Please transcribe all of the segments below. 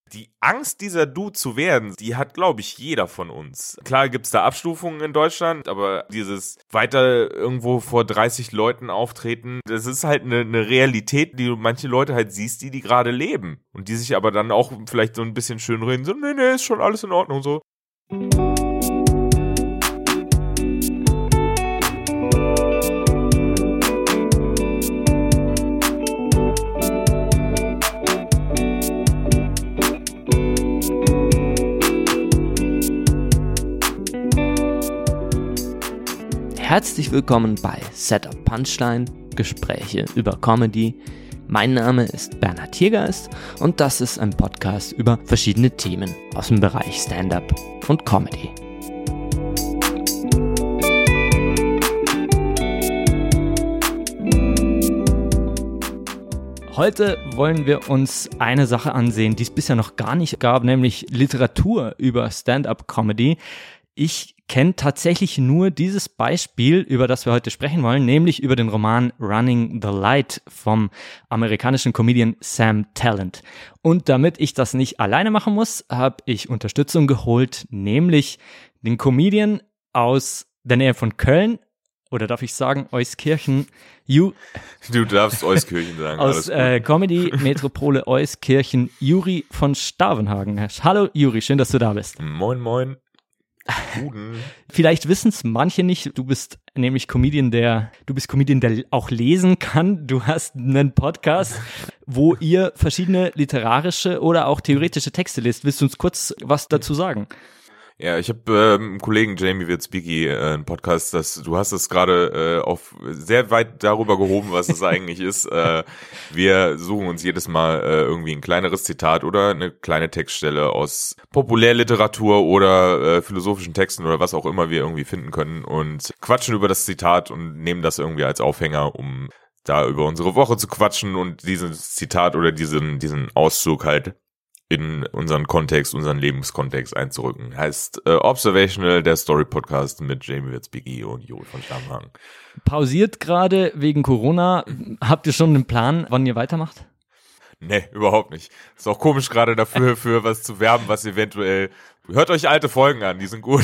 Die Angst, dieser Dude zu werden, die hat, glaube ich, jeder von uns. Klar gibt's da Abstufungen in Deutschland, aber dieses weiter irgendwo vor 30 Leuten auftreten, das ist halt eine Realität, die du manche Leute halt siehst, die gerade leben. Und die sich aber dann auch vielleicht so ein bisschen schön reden, so, nee, ist schon alles in Ordnung, so. Herzlich willkommen bei Setup Punchline, Gespräche über Comedy. Mein Name ist Bernhard Tiergeist und das ist ein Podcast über verschiedene Themen aus dem Bereich Stand-up und Comedy. Heute wollen wir uns eine Sache ansehen, die es bisher noch gar nicht gab, nämlich Literatur über Stand-up-Comedy. Ich kenne tatsächlich nur dieses Beispiel, über das wir heute sprechen wollen, nämlich über den Roman Running the Light vom amerikanischen Comedian Sam Tallent. Und damit ich das nicht alleine machen muss, habe ich Unterstützung geholt, nämlich den Comedian aus der Nähe von Köln, oder darf ich sagen Euskirchen? Du darfst Euskirchen sagen. Aus Comedy-Metropole Euskirchen, Juri von Stavenhagen. Hallo Juri, schön, dass du da bist. Moin, moin. Guten. Vielleicht wissen es manche nicht, du bist nämlich Comedian, der auch lesen kann. Du hast einen Podcast, wo ihr verschiedene literarische oder auch theoretische Texte lest. Willst du uns kurz was dazu sagen? Ja, ich habe einen Kollegen, Jamie Wirzbicki, einen Podcast, du hast es gerade auf sehr weit darüber gehoben, was es eigentlich ist. Wir suchen uns jedes Mal irgendwie ein kleineres Zitat oder eine kleine Textstelle aus Populärliteratur oder philosophischen Texten oder was auch immer wir irgendwie finden können und quatschen über das Zitat und nehmen das irgendwie als Aufhänger, um da über unsere Woche zu quatschen und dieses Zitat oder diesen Auszug halt in unseren Kontext, unseren Lebenskontext einzurücken. Heißt Observational, der Story-Podcast mit Jamie Wirzbicki und Juri von Stavenhagen. Pausiert gerade wegen Corona. Habt ihr schon einen Plan, wann ihr weitermacht? Nee, überhaupt nicht. Ist auch komisch gerade dafür, für was zu werben, was eventuell... Hört euch alte Folgen an, die sind gut.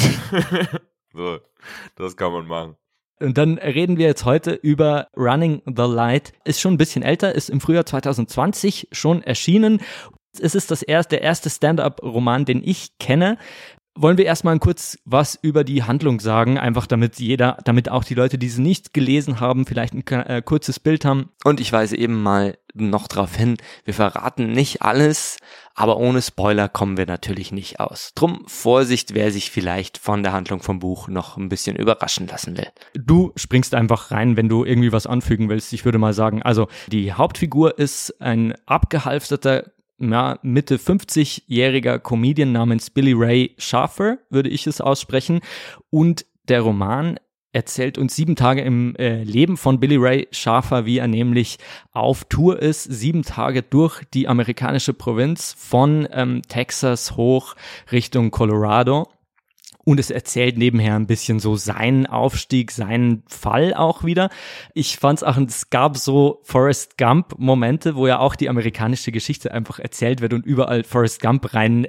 So, das kann man machen. Und dann reden wir jetzt heute über Running the Light. Ist schon ein bisschen älter, ist im Frühjahr 2020 schon erschienen. Es ist der erste Stand-up-Roman, den ich kenne. Wollen wir erstmal kurz was über die Handlung sagen, einfach damit auch die Leute, die sie nicht gelesen haben, vielleicht ein kurzes Bild haben. Und ich weise eben mal noch darauf hin, wir verraten nicht alles, aber ohne Spoiler kommen wir natürlich nicht aus. Drum Vorsicht, wer sich vielleicht von der Handlung vom Buch noch ein bisschen überraschen lassen will. Du springst einfach rein, wenn du irgendwie was anfügen willst. Ich würde mal sagen, also die Hauptfigur ist ein abgehalfterter Mitte 50-jähriger Comedian namens Billy Ray Schaffer, würde ich es aussprechen. Und der Roman erzählt uns 7 Tage im Leben von Billy Ray Schaffer, wie er nämlich auf Tour ist, 7 Tage durch die amerikanische Provinz von Texas hoch Richtung Colorado. Und es erzählt nebenher ein bisschen so seinen Aufstieg, seinen Fall auch wieder. Ich fand's auch, es gab so Forrest Gump-Momente, wo ja auch die amerikanische Geschichte einfach erzählt wird und überall Forrest Gump rein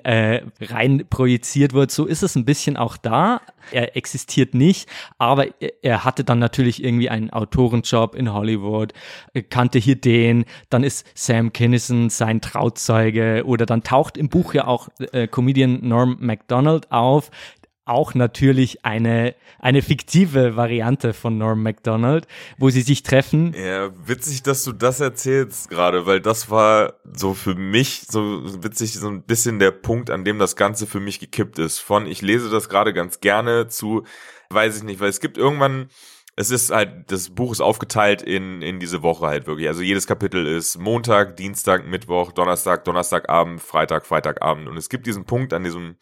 projiziert wird. So ist es ein bisschen auch da. Er existiert nicht, aber er hatte dann natürlich irgendwie einen Autorenjob in Hollywood, kannte hier dann ist Sam Kinison sein Trauzeuge oder dann taucht im Buch ja auch Comedian Norm Macdonald auf. Auch natürlich eine fiktive Variante von Norm Macdonald, wo sie sich treffen. Ja, witzig, dass du das erzählst gerade, weil das war so für mich so witzig, so ein bisschen der Punkt, an dem das Ganze für mich gekippt ist. Ich lese das gerade ganz gerne zu, weiß ich nicht, weil es gibt irgendwann, es ist halt, das Buch ist aufgeteilt in diese Woche halt wirklich. Also jedes Kapitel ist Montag, Dienstag, Mittwoch, Donnerstagabend, Freitagabend. Und es gibt diesen Punkt an diesem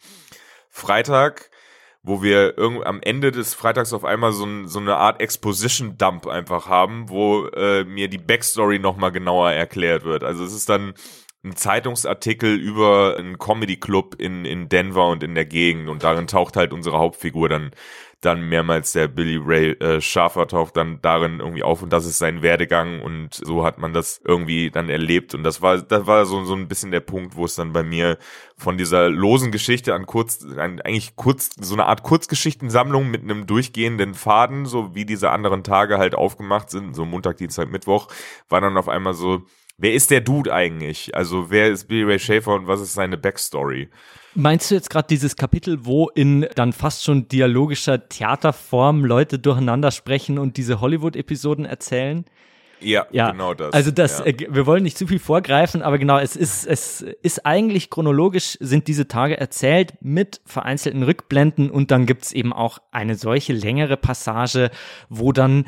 Freitag, wo wir am Ende des Freitags auf einmal so eine Art Exposition-Dump einfach haben, wo mir die Backstory nochmal genauer erklärt wird. Also es ist dann ein Zeitungsartikel über einen Comedy-Club in Denver und in der Gegend und darin taucht halt unsere Hauptfigur dann mehrmals, der Billy Ray Schaffer taucht dann darin irgendwie auf und das ist sein Werdegang und so hat man das irgendwie dann erlebt und das war so ein bisschen der Punkt, wo es dann bei mir von dieser losen Geschichte eigentlich kurz, so eine Art Kurzgeschichtensammlung mit einem durchgehenden Faden, so wie diese anderen Tage halt aufgemacht sind, so Montag, Dienstag, Mittwoch, war dann auf einmal so, wer ist der Dude eigentlich? Also wer ist Billy Ray Schaffer und was ist seine Backstory? Meinst du jetzt gerade dieses Kapitel, wo in dann fast schon dialogischer Theaterform Leute durcheinander sprechen und diese Hollywood-Episoden erzählen? Ja, genau das. Also wir wollen nicht zu viel vorgreifen, aber genau, es ist eigentlich chronologisch, sind diese Tage erzählt mit vereinzelten Rückblenden und dann gibt's eben auch eine solche längere Passage, wo dann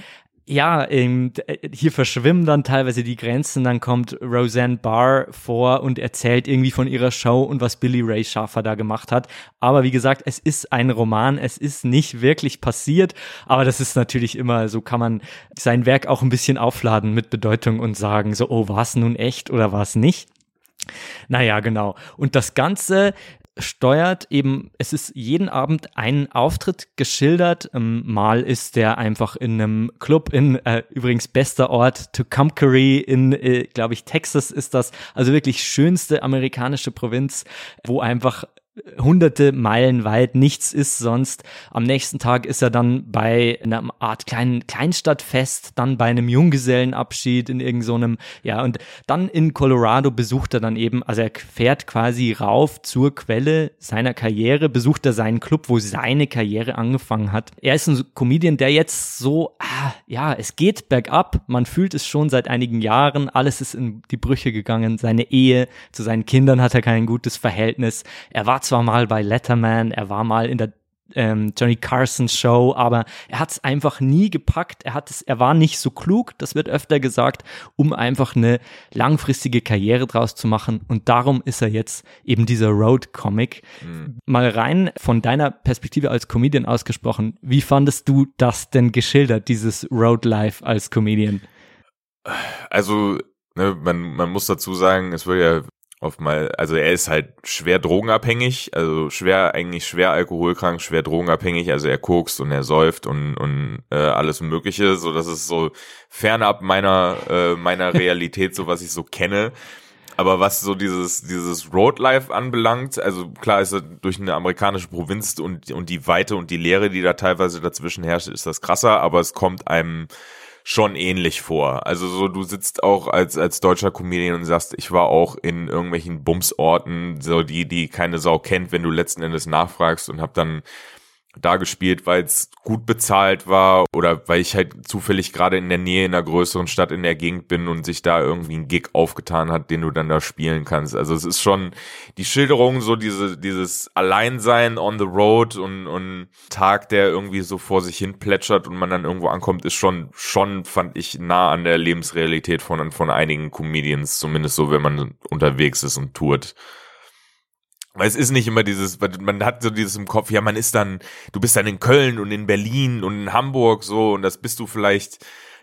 hier verschwimmen dann teilweise die Grenzen, dann kommt Roseanne Barr vor und erzählt irgendwie von ihrer Show und was Billy Ray Schaffer da gemacht hat. Aber wie gesagt, es ist ein Roman, es ist nicht wirklich passiert, aber das ist natürlich immer, so kann man sein Werk auch ein bisschen aufladen mit Bedeutung und sagen so, oh, war es nun echt oder war es nicht? Naja, genau. Und das Ganze steuert eben, es ist jeden Abend ein Auftritt geschildert. Mal ist der einfach in einem Club in, übrigens bester Ort, Tucumcari in, glaube ich, Texas ist das, also wirklich schönste amerikanische Provinz, wo einfach hunderte Meilen weit nichts ist sonst. Am nächsten Tag ist er dann bei einer Art kleinen Kleinstadtfest, dann bei einem Junggesellenabschied in irgend so einem, und dann in Colorado besucht er dann eben, also er fährt quasi rauf zur Quelle seiner Karriere, besucht er seinen Club, wo seine Karriere angefangen hat. Er ist ein Comedian, der jetzt so, es geht bergab, man fühlt es schon seit einigen Jahren, alles ist in die Brüche gegangen, seine Ehe, zu seinen Kindern hat er kein gutes Verhältnis, er war zwar mal bei Letterman, er war mal in der Johnny Carson Show, aber er hat es einfach nie gepackt, er war nicht so klug, das wird öfter gesagt, um einfach eine langfristige Karriere draus zu machen und darum ist er jetzt eben dieser Road-Comic. Mal rein von deiner Perspektive als Comedian ausgesprochen, wie fandest du das denn geschildert, dieses Road-Life als Comedian? Also, man muss dazu sagen, es wird ja also er ist halt schwer drogenabhängig, also schwer alkoholkrank, schwer drogenabhängig, also er kokst und er säuft und alles Mögliche, so das ist so fernab meiner Realität, so was ich so kenne. Aber was so dieses Roadlife anbelangt, also klar ist er durch eine amerikanische Provinz und die Weite und die Leere, die da teilweise dazwischen herrscht, ist das krasser, aber es kommt einem schon ähnlich vor. Also so, du sitzt auch als deutscher Comedian und sagst, ich war auch in irgendwelchen Bumsorten, so die keine Sau kennt, wenn du letzten Endes nachfragst und hab dann da gespielt, weil es gut bezahlt war oder weil ich halt zufällig gerade in der Nähe in einer größeren Stadt in der Gegend bin und sich da irgendwie ein Gig aufgetan hat, den du dann da spielen kannst. Also es ist schon die Schilderung, so dieses Alleinsein on the road und Tag, der irgendwie so vor sich hin plätschert und man dann irgendwo ankommt, ist schon fand ich nah an der Lebensrealität von einigen Comedians, zumindest so, wenn man unterwegs ist und tourt. Weil es ist nicht immer man hat so dieses im Kopf, ja, du bist dann in Köln und in Berlin und in Hamburg so und das bist du vielleicht,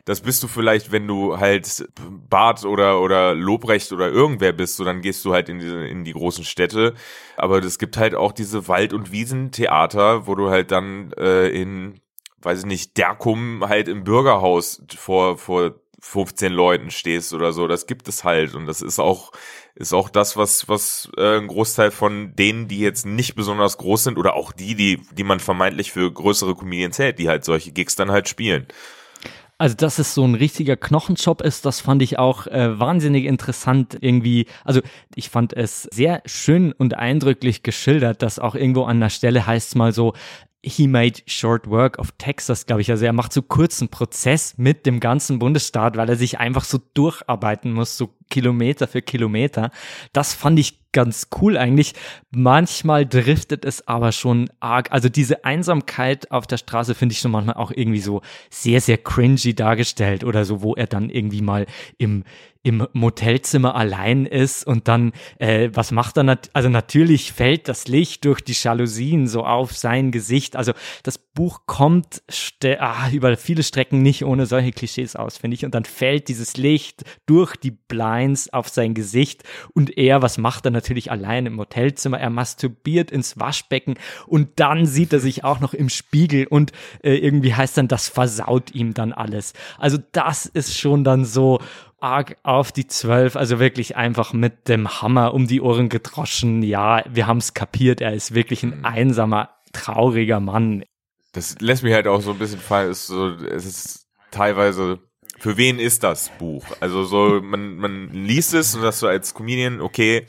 wenn du halt Barth oder Lobrecht oder irgendwer bist, so dann gehst du halt in die großen Städte. Aber es gibt halt auch diese Wald- und Wiesentheater, wo du halt dann in, weiß ich nicht, Derkum halt im Bürgerhaus vor 15 Leuten stehst oder so. Das gibt es halt und das ist auch das, was ein Großteil von denen, die jetzt nicht besonders groß sind oder auch die man vermeintlich für größere Comedians hält, die halt solche Gigs dann halt spielen. Also, dass es so ein richtiger Knochenjob ist, das fand ich auch wahnsinnig interessant irgendwie. Also, ich fand es sehr schön und eindrücklich geschildert, dass auch irgendwo an der Stelle heißt es mal so, he made short work of Texas, glaube ich. Also er macht so kurzen Prozess mit dem ganzen Bundesstaat, weil er sich einfach so durcharbeiten muss, so Kilometer für Kilometer. Das fand ich ganz cool eigentlich. Manchmal driftet es aber schon arg. Also diese Einsamkeit auf der Straße finde ich schon manchmal auch irgendwie so sehr, sehr cringy dargestellt oder so, wo er dann irgendwie mal im im Motelzimmer allein ist und dann, was macht er? Also natürlich fällt das Licht durch die Jalousien so auf sein Gesicht. Also das Buch kommt über viele Strecken nicht ohne solche Klischees aus, finde ich. Und dann fällt dieses Licht durch die Blinds auf sein Gesicht und was macht er? Natürlich allein im Motelzimmer? Er masturbiert ins Waschbecken und dann sieht er sich auch noch im Spiegel und irgendwie heißt dann, das versaut ihm dann alles. Also das ist schon dann so arg auf die 12, also wirklich einfach mit dem Hammer um die Ohren gedroschen. Ja, wir haben es kapiert, er ist wirklich ein einsamer, trauriger Mann. Das lässt mich halt auch so ein bisschen fallen, es ist teilweise, für wen ist das Buch? Also so, man liest es und das so als Comedian, okay,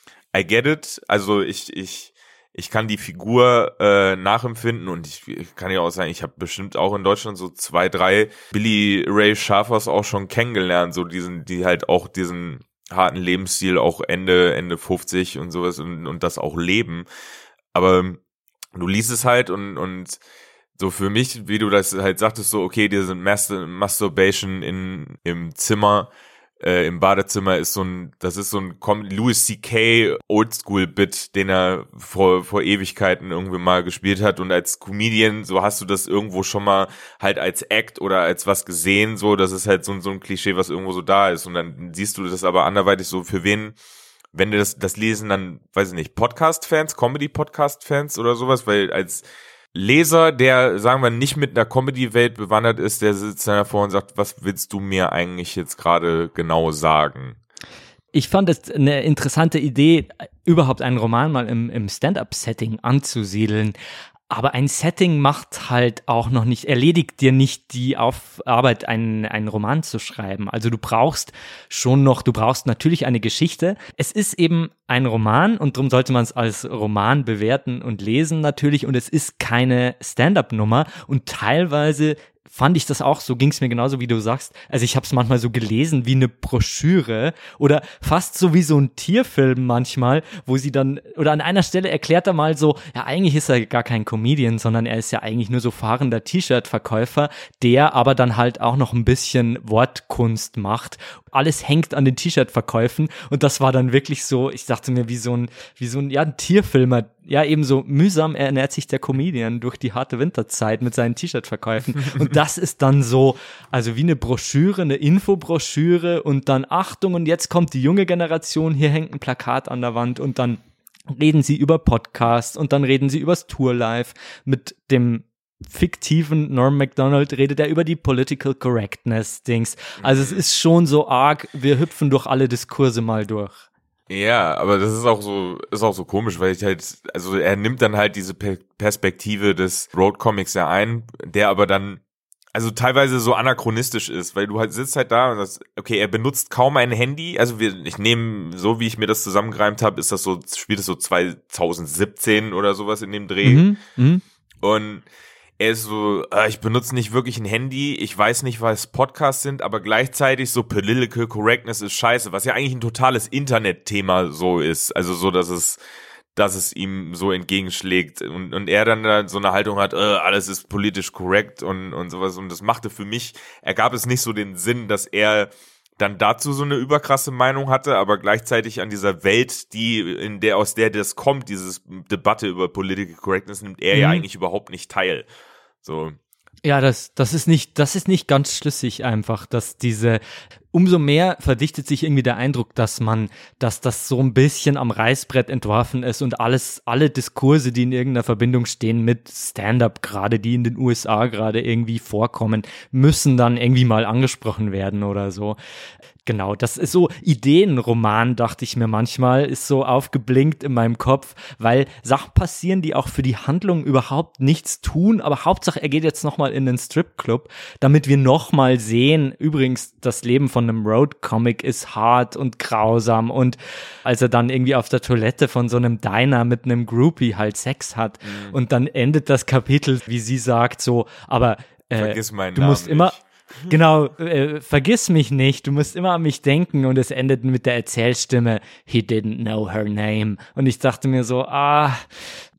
I get it, also ich kann die Figur nachempfinden und ich kann ja auch sagen, ich habe bestimmt auch in Deutschland so 2, 3 Billy Ray Schafers auch schon kennengelernt, so die halt auch diesen harten Lebensstil auch Ende 50 und sowas und das auch leben. Aber du liest es halt und so für mich, wie du das halt sagtest, so okay, diese Masturbation im Zimmer, im Badezimmer ist so ein Louis C.K. Oldschool-Bit, den er vor Ewigkeiten irgendwie mal gespielt hat und als Comedian, so hast du das irgendwo schon mal halt als Act oder als was gesehen, so, das ist halt so ein Klischee, was irgendwo so da ist und dann siehst du das aber anderweitig so, für wen, wenn du das lesen, dann, weiß ich nicht, Podcast-Fans, Comedy-Podcast-Fans oder sowas, weil als Leser, der, sagen wir, nicht mit einer Comedy-Welt bewandert ist, der sitzt dann davor und sagt, was willst du mir eigentlich jetzt gerade genau sagen? Ich fand es eine interessante Idee, überhaupt einen Roman mal im Stand-up-Setting anzusiedeln. Aber ein Setting macht halt auch noch nicht, erledigt dir nicht die Arbeit, einen Roman zu schreiben. Also du brauchst natürlich eine Geschichte. Es ist eben ein Roman und darum sollte man es als Roman bewerten und lesen natürlich. Und es ist keine Stand-up-Nummer und teilweise fand ich das auch, so ging es mir genauso, wie du sagst. Also ich habe es manchmal so gelesen wie eine Broschüre oder fast so wie so ein Tierfilm manchmal, wo sie dann, oder an einer Stelle erklärt er mal so, ja eigentlich ist er gar kein Comedian, sondern er ist ja eigentlich nur so fahrender T-Shirt-Verkäufer, der aber dann halt auch noch ein bisschen Wortkunst macht. Alles hängt an den T-Shirt-Verkäufen und das war dann wirklich so, ich dachte mir, wie so ein ein Tierfilmer, ja eben so mühsam ernährt sich der Comedian durch die harte Winterzeit mit seinen T-Shirt-Verkäufen und das ist dann so, also wie eine Broschüre, eine Infobroschüre und dann Achtung und jetzt kommt die junge Generation, hier hängt ein Plakat an der Wand und dann reden sie über Podcasts und dann reden sie übers Tourlife mit dem fiktiven Norm Macdonald redet er über die Political Correctness Dings. Also es ist schon so arg, wir hüpfen durch alle Diskurse mal durch. Ja, aber das ist auch so komisch, weil also er nimmt dann halt diese Perspektive des Road Comics ja ein, der aber dann also teilweise so anachronistisch ist, weil du halt sitzt halt da und sagst, okay, er benutzt kaum ein Handy, also ich nehme, so wie ich mir das zusammengereimt habe, spielt es so 2017 oder sowas in dem Dreh. Und er ist so, ich benutze nicht wirklich ein Handy, ich weiß nicht, was Podcasts sind, aber gleichzeitig so Political Correctness ist scheiße, was ja eigentlich ein totales Internetthema so ist, also so, dass es ihm so entgegenschlägt und er dann so eine Haltung hat, alles ist politisch korrekt und sowas und das machte für mich, ergab es nicht so den Sinn, dass er dann dazu so eine überkrasse Meinung hatte, aber gleichzeitig an dieser Welt, aus der das kommt, dieses Debatte über Political Correctness, nimmt er ja eigentlich überhaupt nicht teil. So. Ja, das ist nicht ganz schlüssig einfach, dass umso mehr verdichtet sich irgendwie der Eindruck, dass das so ein bisschen am Reißbrett entworfen ist und alle Diskurse, die in irgendeiner Verbindung stehen mit Stand-up gerade, die in den USA gerade irgendwie vorkommen, müssen dann irgendwie mal angesprochen werden oder so. Genau, das ist so Ideenroman, dachte ich mir manchmal, ist so aufgeblinkt in meinem Kopf, weil Sachen passieren, die auch für die Handlung überhaupt nichts tun, aber Hauptsache er geht jetzt nochmal in den Stripclub, damit wir nochmal sehen, übrigens, das Leben von einem Road-Comic ist hart und grausam und als er dann irgendwie auf der Toilette von so einem Diner mit einem Groupie halt Sex hat und dann endet das Kapitel, wie sie sagt, so, aber vergiss meinen du Namen musst immer Genau, vergiss mich nicht, du musst immer an mich denken und es endet mit der Erzählstimme, he didn't know her name. Und ich dachte mir so,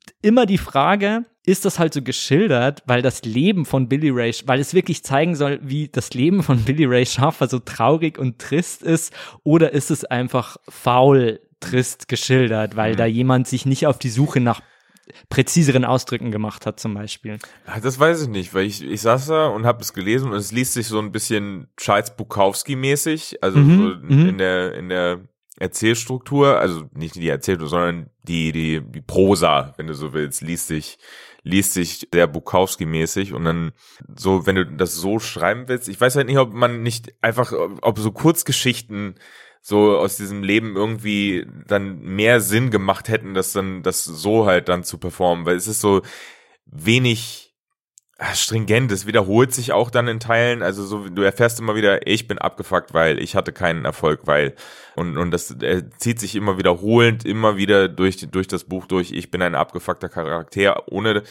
immer die Frage, ist das halt so geschildert, weil das Leben von Billy Ray, weil es wirklich zeigen soll, wie das Leben von Billy Ray Schaffer so traurig und trist ist, oder ist es einfach faul trist geschildert, weil da jemand sich nicht auf die Suche nach präziseren Ausdrücken gemacht hat zum Beispiel? Das weiß ich nicht, weil ich saß da und habe es gelesen und es liest sich so ein bisschen Charles Bukowski-mäßig, also so in der Erzählstruktur, also nicht die Erzählstruktur, sondern die Prosa, wenn du so willst, liest sich sehr Bukowski-mäßig und dann so, wenn du das so schreiben willst, ich weiß halt nicht, ob man nicht einfach, ob so Kurzgeschichten so aus diesem Leben irgendwie dann mehr Sinn gemacht hätten, das so halt dann zu performen, weil es ist so wenig stringent, es wiederholt sich auch dann in Teilen, also so, du erfährst immer wieder, ich bin abgefuckt, weil ich hatte keinen Erfolg, weil, und das zieht sich immer wiederholend, immer wieder durch das Buch durch, ich bin ein abgefuckter Charakter,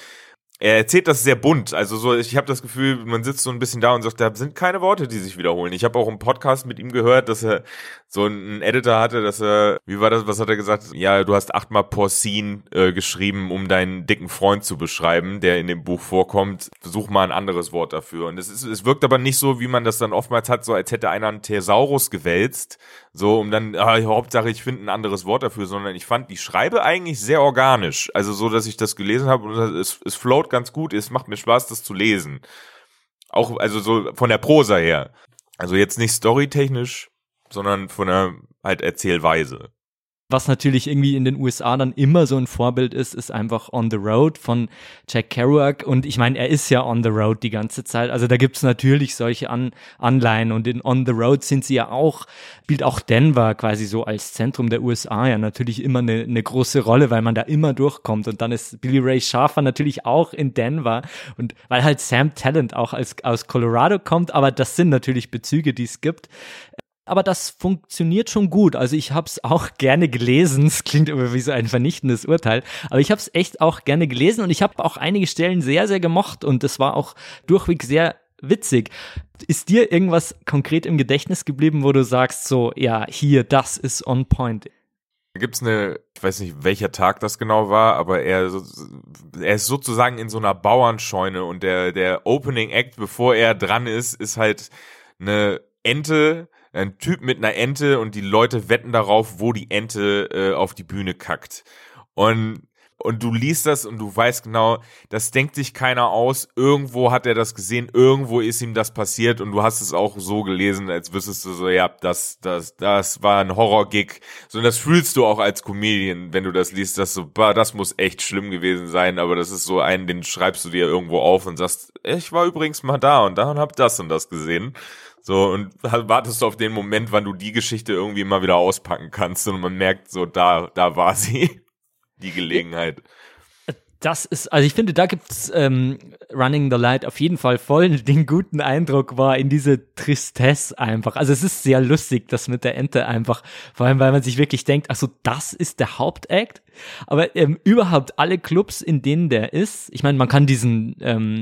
er erzählt das sehr bunt, also so, ich habe das Gefühl, man sitzt so ein bisschen da und sagt, da sind keine Worte, die sich wiederholen. Ich habe auch im Podcast mit ihm gehört, dass er so einen Editor hatte, wie war das, was hat er gesagt? Ja, du hast 8-mal Porcine geschrieben, um deinen dicken Freund zu beschreiben, der in dem Buch vorkommt. Such mal ein anderes Wort dafür. Und es wirkt aber nicht so, wie man das dann oftmals hat, so als hätte einer einen Thesaurus gewälzt, so um dann, Hauptsache ich finde ein anderes Wort dafür, sondern ich fand die Schreibe eigentlich sehr organisch. Also so, dass ich das gelesen habe und es float ganz gut, es macht mir Spaß, das zu lesen. Auch, also so von der Prosa her. Also jetzt nicht storytechnisch, sondern von der halt Erzählweise. Was natürlich irgendwie in den USA dann immer so ein Vorbild ist einfach On the Road von Jack Kerouac. Und ich meine, er ist ja on the road die ganze Zeit. Also da gibt's natürlich solche Anleihen. Und in On the Road spielt auch Denver quasi so als Zentrum der USA ja natürlich immer eine große Rolle, weil man da immer durchkommt. Und dann ist Billy Ray Schaffer natürlich auch in Denver. Und weil halt Sam Tallent auch aus Colorado kommt. Aber das sind natürlich Bezüge, die es gibt. Aber das funktioniert schon gut. Also ich habe es auch gerne gelesen. Es klingt immer wie so ein vernichtendes Urteil. Aber ich habe es echt auch gerne gelesen und ich habe auch einige Stellen sehr, sehr gemocht. Und es war auch durchweg sehr witzig. Ist dir irgendwas konkret im Gedächtnis geblieben, wo du sagst so, ja, hier, das ist on point? Da gibt's ich weiß nicht, welcher Tag das genau war, aber er ist sozusagen in so einer Bauernscheune und der Opening Act, bevor er dran ist halt eine Ente, ein Typ mit einer Ente und die Leute wetten darauf, wo die Ente auf die Bühne kackt. Und du liest das und du weißt genau, das denkt sich keiner aus. Irgendwo hat er das gesehen, irgendwo ist ihm das passiert und du hast es auch so gelesen, als wüsstest du so, ja, das war ein Horror-Gig. So, und das fühlst du auch als Comedian, wenn du das liest, dass so, das muss echt schlimm gewesen sein, aber das ist so den schreibst du dir irgendwo auf und sagst, ich war übrigens mal da und hab das und das gesehen. So, und wartest du auf den Moment, wann du die Geschichte irgendwie mal wieder auspacken kannst und man merkt so, da war sie, die Gelegenheit. Das ist, also ich finde, da gibt's Running the Light auf jeden Fall voll den guten Eindruck war in diese Tristesse einfach. Also es ist sehr lustig, das mit der Ente einfach, vor allem, weil man sich wirklich denkt, ach so, das ist der Hauptakt. Aber überhaupt alle Clubs, in denen der ist, ich meine, man kann diesen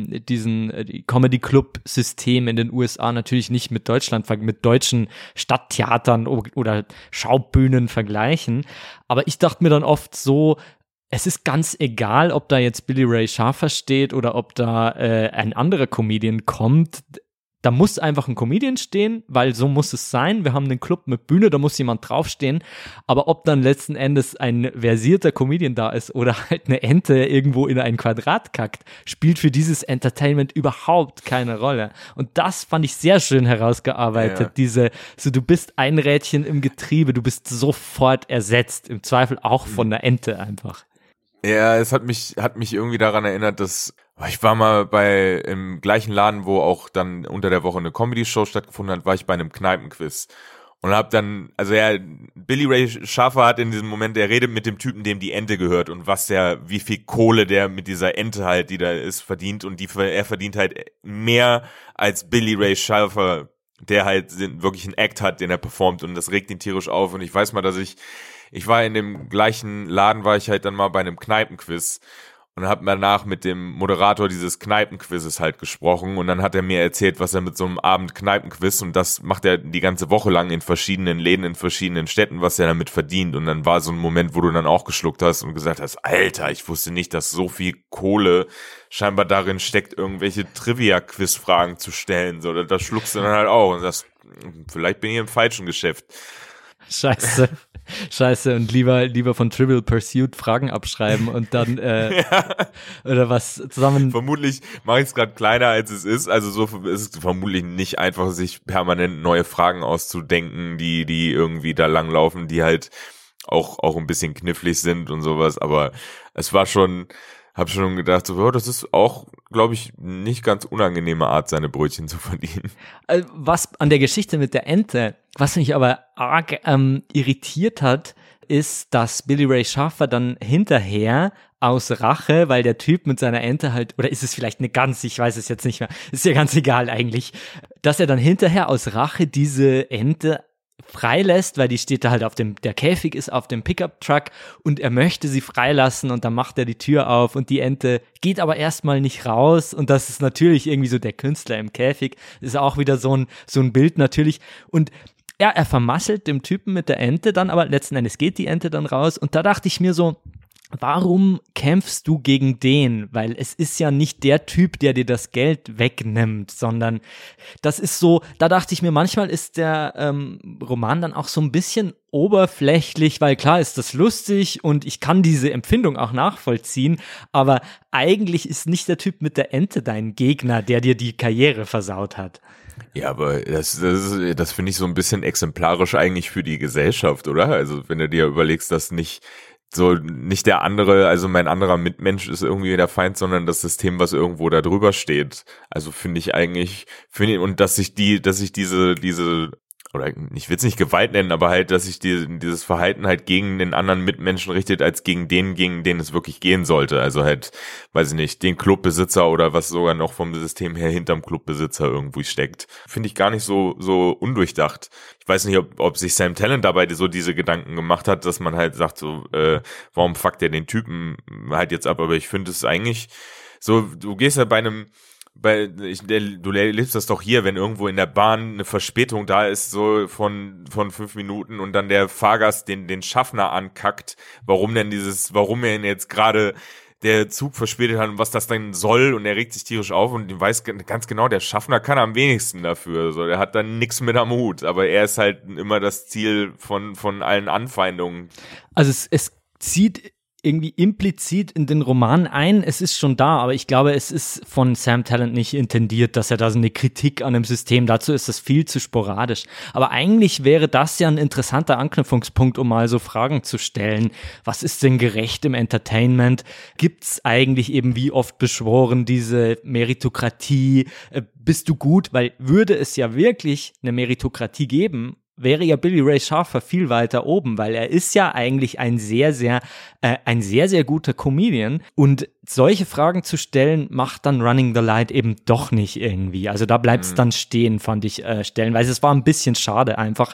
Comedy-Club-System in den USA natürlich nicht mit Deutschland, mit deutschen Stadttheatern oder Schaubühnen vergleichen. Aber ich dachte mir dann oft so, es ist ganz egal, ob da jetzt Billy Ray Schaffer steht oder ob da ein anderer Comedian kommt. Da muss einfach ein Comedian stehen, weil so muss es sein. Wir haben einen Club mit Bühne, da muss jemand draufstehen. Aber ob dann letzten Endes ein versierter Comedian da ist oder halt eine Ente irgendwo in ein Quadrat kackt, spielt für dieses Entertainment überhaupt keine Rolle. Und das fand ich sehr schön herausgearbeitet. Ja. Du bist ein Rädchen im Getriebe, du bist sofort ersetzt. Im Zweifel auch von der Ente einfach. Ja, es hat mich irgendwie daran erinnert, dass ich war mal im gleichen Laden, wo auch dann unter der Woche eine Comedy-Show stattgefunden hat, war ich bei einem Kneipenquiz und hab dann, also Billy Ray Schaffer hat in diesem Moment, er redet mit dem Typen, dem die Ente gehört und wie viel Kohle der mit dieser Ente halt, die da ist, verdient und er verdient halt mehr als Billy Ray Schaffer, der halt wirklich einen Act hat, den er performt und das regt ihn tierisch auf und ich weiß mal, dass ich war in dem gleichen Laden, war ich halt dann mal bei einem Kneipenquiz und habe danach mit dem Moderator dieses Kneipenquizzes halt gesprochen und dann hat er mir erzählt, was er mit so einem Abend Kneipenquiz, und das macht er die ganze Woche lang in verschiedenen Läden, in verschiedenen Städten, was er damit verdient. Und dann war so ein Moment, wo du dann auch geschluckt hast und gesagt hast, Alter, ich wusste nicht, dass so viel Kohle scheinbar darin steckt, irgendwelche Trivia-Quiz-Fragen zu stellen. So, da schluckst du dann halt auch und sagst, vielleicht bin ich im falschen Geschäft. Scheiße, und lieber von Trivial Pursuit Fragen abschreiben und dann oder was zusammen. Vermutlich mache ich es gerade kleiner, als es ist. Also so ist es vermutlich nicht einfach, sich permanent neue Fragen auszudenken, die irgendwie da langlaufen, die halt auch ein bisschen knifflig sind und sowas. Aber es war schon, habe schon gedacht, so, das ist auch, glaube ich, nicht ganz unangenehme Art, seine Brötchen zu verdienen. Was an der Geschichte mit der Ente, was mich aber arg irritiert hat, ist, dass Billy Ray Schaaffer dann hinterher aus Rache, weil der Typ mit seiner Ente halt, oder ist es vielleicht eine Gans, ich weiß es jetzt nicht mehr, ist ja ganz egal eigentlich, dass er dann hinterher aus Rache diese Ente freilässt, weil die steht da halt der Käfig ist auf dem Pickup-Truck und er möchte sie freilassen und dann macht er die Tür auf und die Ente geht aber erstmal nicht raus und das ist natürlich irgendwie so der Künstler im Käfig, ist auch wieder so ein Bild natürlich und ja, er vermasselt dem Typen mit der Ente dann, aber letzten Endes geht die Ente dann raus und da dachte ich mir so, warum kämpfst du gegen den? Weil es ist ja nicht der Typ, der dir das Geld wegnimmt, sondern das ist so, da dachte ich mir, manchmal ist der Roman dann auch so ein bisschen oberflächlich, weil klar ist das lustig und ich kann diese Empfindung auch nachvollziehen, aber eigentlich ist nicht der Typ mit der Ente dein Gegner, der dir die Karriere versaut hat. Ja, aber das finde ich so ein bisschen exemplarisch eigentlich für die Gesellschaft, oder? Also wenn du dir überlegst, dass nicht der andere, also mein anderer Mitmensch ist irgendwie der Feind, sondern das System, was irgendwo da drüber steht. Also finde ich eigentlich, und dass sich diese, oder ich will es nicht Gewalt nennen, aber halt, dass sich dieses Verhalten halt gegen den anderen Mitmenschen richtet, als gegen den es wirklich gehen sollte. Also halt, weiß ich nicht, den Clubbesitzer oder was sogar noch vom System her hinterm Clubbesitzer irgendwie steckt. Finde ich gar nicht so undurchdacht. Ich weiß nicht, ob sich Sam Tallent dabei so diese Gedanken gemacht hat, dass man halt sagt so, warum fuckt der den Typen halt jetzt ab? Aber ich finde es eigentlich so, du gehst ja du erlebst das doch hier, wenn irgendwo in der Bahn eine Verspätung da ist, so von 5 Minuten und dann der Fahrgast den Schaffner ankackt, warum er ihn jetzt gerade der Zug verspätet hat und was das dann soll, und er regt sich tierisch auf und weiß ganz genau, der Schaffner kann am wenigsten dafür, so, der hat dann nichts mit am Hut, aber er ist halt immer das Ziel von allen Anfeindungen. Also es zieht irgendwie implizit in den Roman ein, es ist schon da, aber ich glaube, es ist von Sam Tallent nicht intendiert, dass er da so eine Kritik an dem System, dazu ist das viel zu sporadisch. Aber eigentlich wäre das ja ein interessanter Anknüpfungspunkt, um mal so Fragen zu stellen. Was ist denn gerecht im Entertainment? Gibt's eigentlich eben, wie oft beschworen, diese Meritokratie? Bist du gut? Weil würde es ja wirklich eine Meritokratie geben, wäre ja Billy Ray Schaaffer viel weiter oben, weil er ist ja eigentlich ein sehr, sehr guter Comedian und solche Fragen zu stellen, macht dann Running the Light eben doch nicht irgendwie. Also da bleibt es dann stehen, fand ich stellenweise. Es war ein bisschen schade einfach.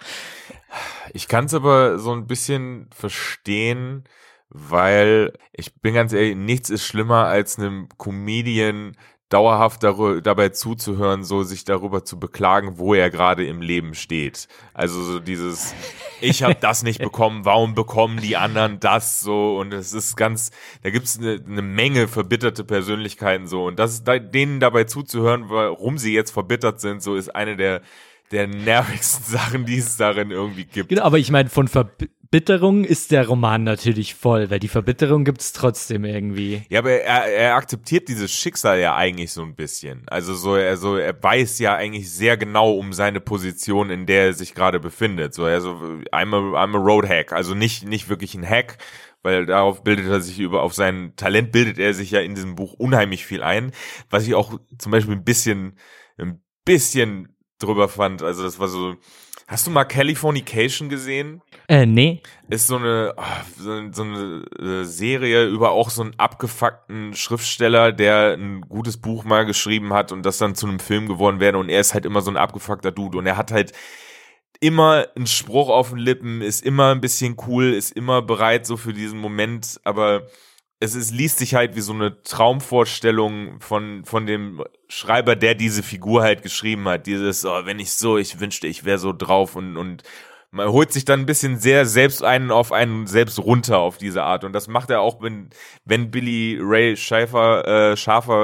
Ich kann es aber so ein bisschen verstehen, weil ich bin ganz ehrlich, nichts ist schlimmer als einem Comedian dauerhaft dabei zuzuhören, so sich darüber zu beklagen, wo er gerade im Leben steht. Also so dieses, ich habe das nicht bekommen, warum bekommen die anderen das so? Und es ist da gibt's eine Menge verbitterte Persönlichkeiten so, und denen dabei zuzuhören, warum sie jetzt verbittert sind, so ist eine der nervigsten Sachen, die es darin irgendwie gibt. Genau, aber ich meine, von Verbitterung ist der Roman natürlich voll, weil die Verbitterung gibt's trotzdem irgendwie. Ja, aber er akzeptiert dieses Schicksal ja eigentlich so ein bisschen. Also er weiß ja eigentlich sehr genau um seine Position, in der er sich gerade befindet. So, I'm a road hack, also nicht wirklich ein Hack, weil darauf bildet er sich auf sein Talent bildet er sich ja in diesem Buch unheimlich viel ein, was ich auch zum Beispiel ein bisschen drüber fand. Also das war so. Hast du mal Californication gesehen? Nee. Ist so eine Serie über auch so einen abgefuckten Schriftsteller, der ein gutes Buch mal geschrieben hat und das dann zu einem Film geworden wäre, und er ist halt immer so ein abgefuckter Dude und er hat halt immer einen Spruch auf den Lippen, ist immer ein bisschen cool, ist immer bereit so für diesen Moment, aber liest sich halt wie so eine Traumvorstellung von dem Schreiber, der diese Figur halt geschrieben hat. Dieses, ich wünschte, ich wäre so drauf und man holt sich dann ein bisschen sehr selbst auf einen selbst runter auf diese Art. Und das macht er auch, wenn Billy Ray Schaefer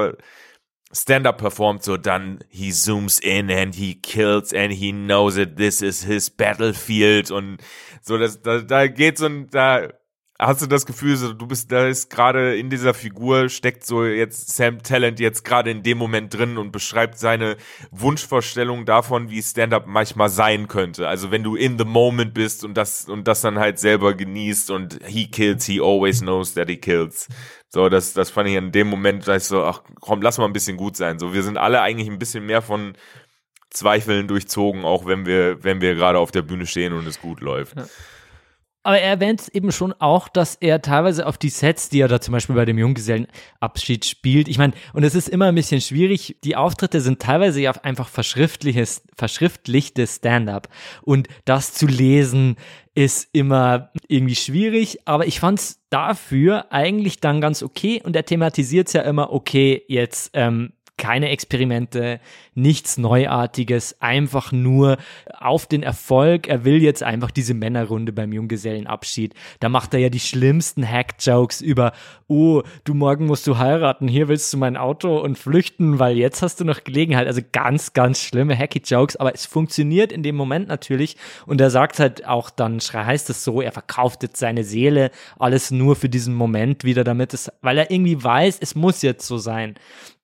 Stand-up performt, so dann he zooms in and he kills and he knows it, this is his battlefield und so, da geht's und da hast du das Gefühl, so da ist gerade in dieser Figur, steckt so jetzt Sam Tallent jetzt gerade in dem Moment drin und beschreibt seine Wunschvorstellung davon, wie Stand-up manchmal sein könnte. Also wenn du in the moment bist und das dann halt selber genießt und he kills, he always knows that he kills. So, das fand ich in dem Moment, da ist so, ach komm, lass mal ein bisschen gut sein. So, wir sind alle eigentlich ein bisschen mehr von Zweifeln durchzogen, auch wenn wir gerade auf der Bühne stehen und es gut läuft. Ja. Aber er erwähnt eben schon auch, dass er teilweise auf die Sets, die er da zum Beispiel bei dem Junggesellenabschied spielt, ich meine, und es ist immer ein bisschen schwierig, die Auftritte sind teilweise ja einfach verschriftlichtes Stand-up und das zu lesen ist immer irgendwie schwierig, aber ich fand's dafür eigentlich dann ganz okay und er thematisiert's ja immer, okay, jetzt keine Experimente, nichts Neuartiges, einfach nur auf den Erfolg. Er will jetzt einfach diese Männerrunde beim Junggesellenabschied. Da macht er ja die schlimmsten Hack-Jokes über, oh, du morgen musst du heiraten, hier willst du mein Auto und flüchten, weil jetzt hast du noch Gelegenheit. Also ganz, ganz schlimme Hacky-Jokes, aber es funktioniert in dem Moment natürlich und er sagt halt auch dann, heißt es so, er verkauft jetzt seine Seele, alles nur für diesen Moment wieder, weil er irgendwie weiß, es muss jetzt so sein.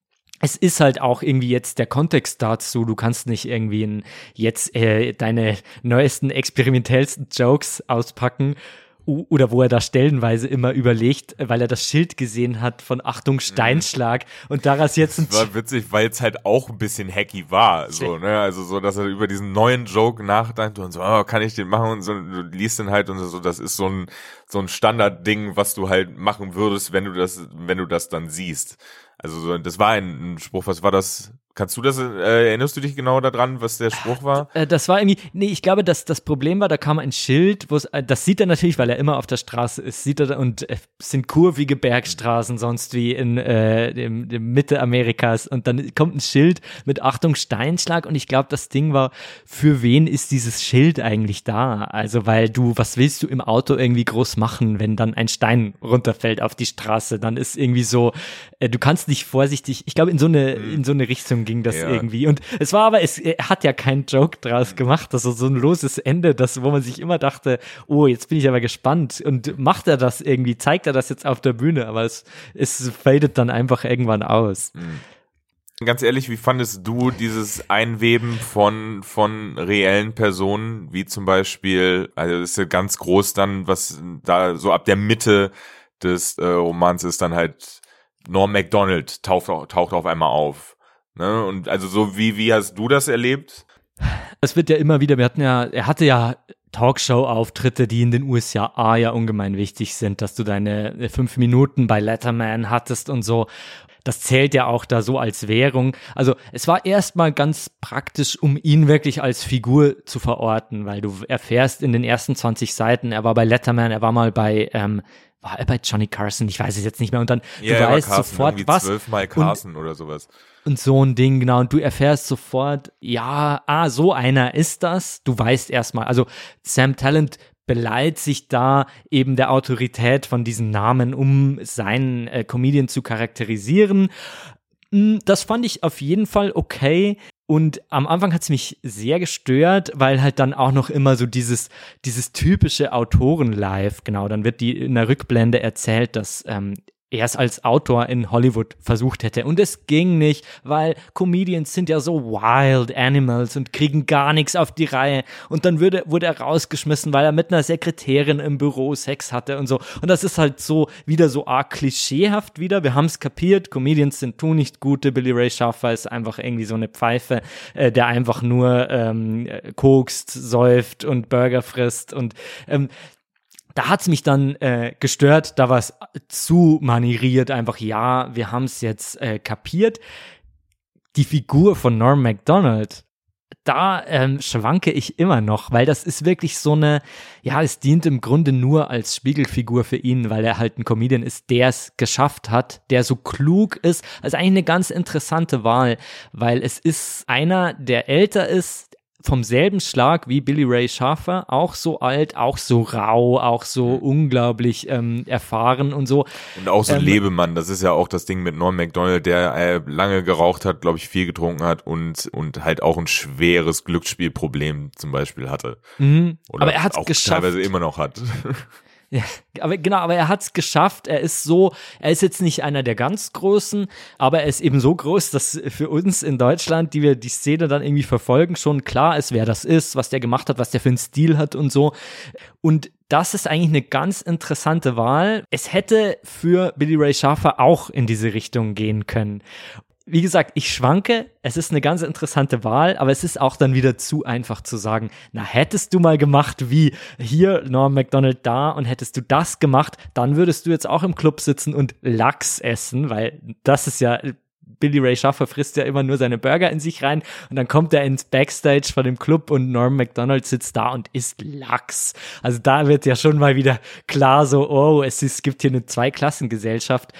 Es ist halt auch irgendwie jetzt der Kontext dazu, du kannst nicht irgendwie jetzt deine neuesten, experimentellsten Jokes auspacken oder wo er da stellenweise immer überlegt, weil er das Schild gesehen hat von Achtung Steinschlag und daraus jetzt das war witzig, weil es halt auch ein bisschen hacky war, so, ne, also so, dass er über diesen neuen Joke nachdachte und so, kann ich den machen und so, du liest den halt und so, das ist so ein Standardding, was du halt machen würdest, wenn du das dann siehst. Also so, das war ein Spruch, was war das? Kannst du das, erinnerst du dich genau daran, was der Spruch war? Das war irgendwie, nee, ich glaube, dass das Problem war, da kam ein Schild, das sieht er natürlich, weil er immer auf der Straße ist, sieht er, und es sind kurvige Bergstraßen, sonst wie in der Mitte Amerikas, und dann kommt ein Schild mit Achtung Steinschlag, und ich glaube, das Ding war, für wen ist dieses Schild eigentlich da? Also, weil was willst du im Auto irgendwie groß machen, wenn dann ein Stein runterfällt auf die Straße? Dann ist irgendwie so, du kannst nicht vorsichtig, ich glaube, in so eine Richtung ging das irgendwie. Und es war aber, er hat ja keinen Joke draus gemacht, also so ein loses Ende, wo man sich immer dachte, oh, jetzt bin ich aber gespannt. Und macht er das irgendwie, zeigt er das jetzt auf der Bühne, aber es fadet dann einfach irgendwann aus. Ganz ehrlich, wie fandest du dieses Einweben von reellen Personen, wie zum Beispiel, also das ist ja ganz groß dann, was da so ab der Mitte des Romans ist, dann halt Norm Macdonald taucht auf einmal auf. Ne? Und also so, wie hast du das erlebt? Es wird ja immer wieder, er hatte ja Talkshow-Auftritte, die in den USA ja ungemein wichtig sind, dass du deine 5 Minuten bei Letterman hattest und so. Das zählt ja auch da so als Währung. Also es war erstmal ganz praktisch, um ihn wirklich als Figur zu verorten, weil du erfährst in den ersten 20 Seiten, er war bei Letterman, er war mal war er bei Johnny Carson? Ich weiß es jetzt nicht mehr. Und dann, du weißt Carson, sofort was. 12-mal Carson oder sowas. Und so ein Ding, genau. Und du erfährst sofort, ja, so einer ist das. Du weißt erstmal, also Sam Tallent beleidigt sich da eben der Autorität von diesen Namen, um seinen Comedian zu charakterisieren. Das fand ich auf jeden Fall okay. Und am Anfang hat es mich sehr gestört, weil halt dann auch noch immer so dieses typische Autoren-Live, genau, dann wird in der Rückblende erzählt, dass er es als Autor in Hollywood versucht hätte. Und es ging nicht, weil Comedians sind ja so wild animals und kriegen gar nichts auf die Reihe. Und dann wurde er rausgeschmissen, weil er mit einer Sekretärin im Büro Sex hatte und so. Und das ist halt so wieder so arg klischeehaft wieder. Wir haben es kapiert, Comedians sind nicht gute. Billy Ray Schaefer ist einfach irgendwie so eine Pfeife, der einfach nur kokst, säuft und Burger frisst und da hat's mich dann gestört, da war es zu manieriert, einfach, ja, wir haben es jetzt kapiert. Die Figur von Norm Macdonald, da schwanke ich immer noch, weil das ist wirklich so eine, ja, es dient im Grunde nur als Spiegelfigur für ihn, weil er halt ein Comedian ist, der es geschafft hat, der so klug ist. Also eigentlich eine ganz interessante Wahl, weil es ist einer, der älter ist, vom selben Schlag wie Billy Ray Schafer, auch so alt, auch so rau, auch so unglaublich erfahren und so. Und auch so ein Lebemann, das ist ja auch das Ding mit Norm Macdonald, der lange geraucht hat, glaube ich, viel getrunken hat und halt auch ein schweres Glücksspielproblem zum Beispiel hatte. Mhm. Oder aber er hat es auch geschafft. teilweise immer noch hat. Ja, aber er hat es geschafft. Er ist jetzt nicht einer der ganz Großen, aber er ist eben so groß, dass für uns in Deutschland, die wir die Szene dann irgendwie verfolgen, schon klar ist, wer das ist, was der gemacht hat, was der für einen Stil hat und so. Und das ist eigentlich eine ganz interessante Wahl. Es hätte für Billy Ray Schafer auch in diese Richtung gehen können. Wie gesagt, ich schwanke, es ist eine ganz interessante Wahl, aber es ist auch dann wieder zu einfach zu sagen, na, hättest du mal gemacht wie hier Norm Macdonald da und hättest du das gemacht, dann würdest du jetzt auch im Club sitzen und Lachs essen, weil das ist ja, Billy Ray Schafer frisst ja immer nur seine Burger in sich rein und dann kommt er ins Backstage von dem Club und Norm Macdonald sitzt da und isst Lachs. Also da wird ja schon mal wieder klar so, oh, es gibt hier eine Zweiklassengesellschaft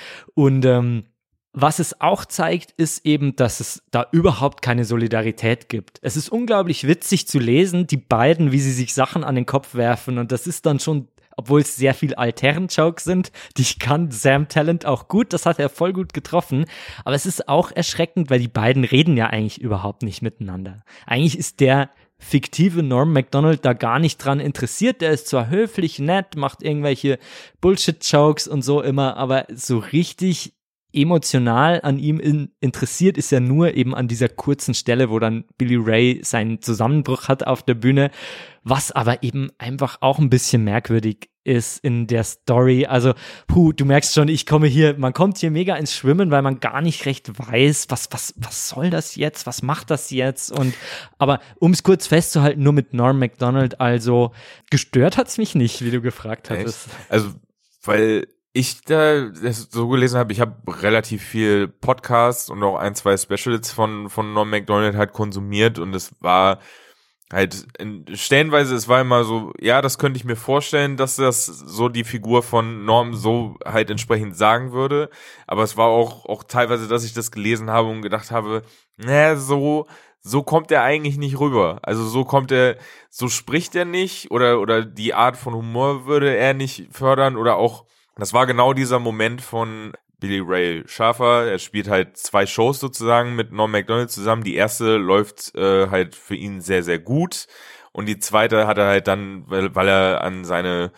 und was es auch zeigt, ist eben, dass es da überhaupt keine Solidarität gibt. Es ist unglaublich witzig zu lesen, die beiden, wie sie sich Sachen an den Kopf werfen und das ist dann schon, obwohl es sehr viel Altherren-Jokes sind, die kann Sam Tallent auch gut, das hat er voll gut getroffen, aber es ist auch erschreckend, weil die beiden reden ja eigentlich überhaupt nicht miteinander. Eigentlich ist der fiktive Norm Macdonald da gar nicht dran interessiert, der ist zwar höflich, nett, macht irgendwelche Bullshit-Jokes und so immer, aber so richtig emotional an ihm interessiert ist ja nur eben an dieser kurzen Stelle, wo dann Billy Ray seinen Zusammenbruch hat auf der Bühne, was aber eben einfach auch ein bisschen merkwürdig ist in der Story. Also, du merkst schon, man kommt hier mega ins Schwimmen, weil man gar nicht recht weiß, was soll das jetzt, was macht das jetzt? Aber um es kurz festzuhalten, nur mit Norm Macdonald, also gestört hat's mich nicht, wie du gefragt hattest. Echt? Also, weil ich da das so gelesen habe, ich habe relativ viel Podcasts und auch 1, 2 Specials von Norm Macdonald halt konsumiert und es war halt stellenweise, es war immer so, ja, das könnte ich mir vorstellen, dass das so die Figur von Norm so halt entsprechend sagen würde, aber es war auch teilweise, dass ich das gelesen habe und gedacht habe, so kommt er eigentlich nicht rüber. Also so spricht er nicht oder die Art von Humor würde er nicht fördern oder auch, das war genau dieser Moment von Billy Ray Schafer. Er spielt halt 2 Shows sozusagen mit Norm Macdonald zusammen. Die erste läuft halt für ihn sehr, sehr gut. Und die zweite hat er halt dann, weil er an seine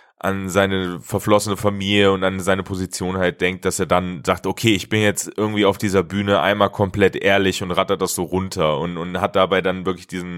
verflossene Familie und an seine Position halt denkt, dass er dann sagt, okay, ich bin jetzt irgendwie auf dieser Bühne einmal komplett ehrlich und rattert das so runter und hat dabei dann wirklich diesen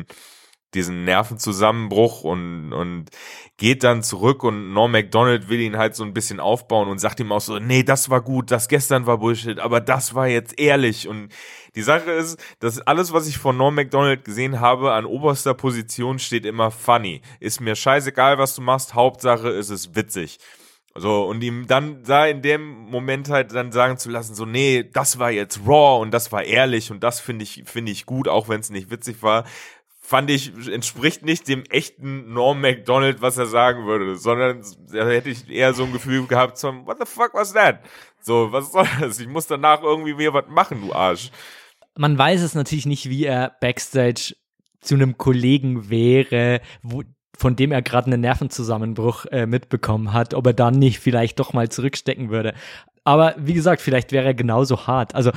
Nervenzusammenbruch und geht dann zurück und Norm Macdonald will ihn halt so ein bisschen aufbauen und sagt ihm auch so, nee, das war gut, das gestern war Bullshit, aber das war jetzt ehrlich. Und die Sache ist, dass alles, was ich von Norm Macdonald gesehen habe, an oberster Position steht immer funny. Ist mir scheißegal, was du machst, Hauptsache ist es witzig. So, und ihm dann da in dem Moment halt dann sagen zu lassen, so, nee, das war jetzt raw und das war ehrlich und das finde ich gut, auch wenn es nicht witzig war, fand ich, entspricht nicht dem echten Norm Macdonald, was er sagen würde, sondern da hätte ich eher so ein Gefühl gehabt, so, what the fuck was that? So, was soll das? Ich muss danach irgendwie mir was machen, du Arsch. Man weiß es natürlich nicht, wie er Backstage zu einem Kollegen wäre, von dem er gerade einen Nervenzusammenbruch mitbekommen hat, ob er dann nicht vielleicht doch mal zurückstecken würde. Aber wie gesagt, vielleicht wäre er genauso hart. Also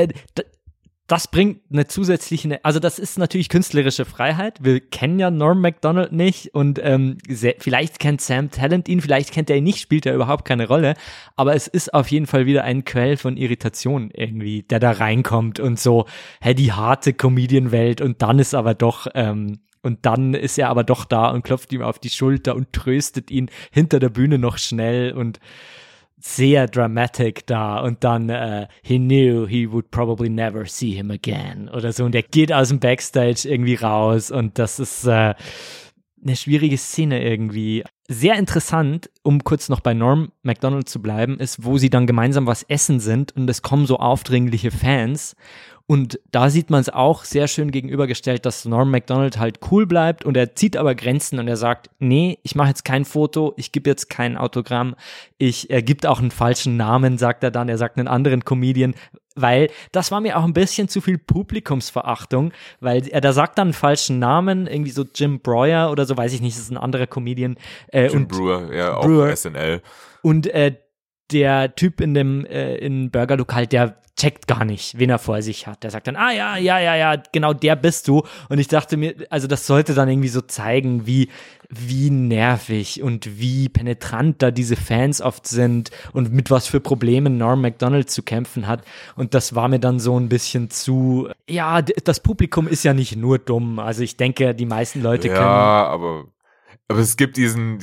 das bringt eine zusätzliche, also das ist natürlich künstlerische Freiheit. Wir kennen ja Norm Macdonald nicht und vielleicht kennt Sam Tallent ihn, vielleicht kennt er ihn nicht, spielt er überhaupt keine Rolle. Aber es ist auf jeden Fall wieder ein Quell von Irritation irgendwie, der da reinkommt und so, die harte Comedian-Welt und dann ist aber doch und dann ist er aber doch da und klopft ihm auf die Schulter und tröstet ihn hinter der Bühne noch schnell und sehr dramatic da und dann he knew he would probably never see him again oder so und er geht aus dem Backstage irgendwie raus und das ist eine schwierige Szene irgendwie. Sehr interessant, um kurz noch bei Norm Macdonald zu bleiben, ist, wo sie dann gemeinsam was essen sind und es kommen so aufdringliche Fans. Und da sieht man es auch sehr schön gegenübergestellt, dass Norm Macdonald halt cool bleibt und er zieht aber Grenzen und er sagt, nee, ich mache jetzt kein Foto, ich gebe jetzt kein Autogramm, er gibt auch einen falschen Namen, sagt er dann, er sagt einen anderen Comedian, weil das war mir auch ein bisschen zu viel Publikumsverachtung, weil da sagt dann einen falschen Namen, irgendwie so Jim Breuer oder so, weiß ich nicht, das ist ein anderer Comedian. Jim Breuer, ja, auch SNL. Und der Typ in Burgerlokal, der checkt gar nicht, wen er vor sich hat. Der sagt dann, ja, genau der bist du. Und ich dachte mir, also das sollte dann irgendwie so zeigen, wie nervig und wie penetrant da diese Fans oft sind und mit was für Problemen Norm Macdonald zu kämpfen hat. Und das war mir dann so ein bisschen zu, ja, das Publikum ist ja nicht nur dumm. Also ich denke, die meisten Leute können... Ja, aber es gibt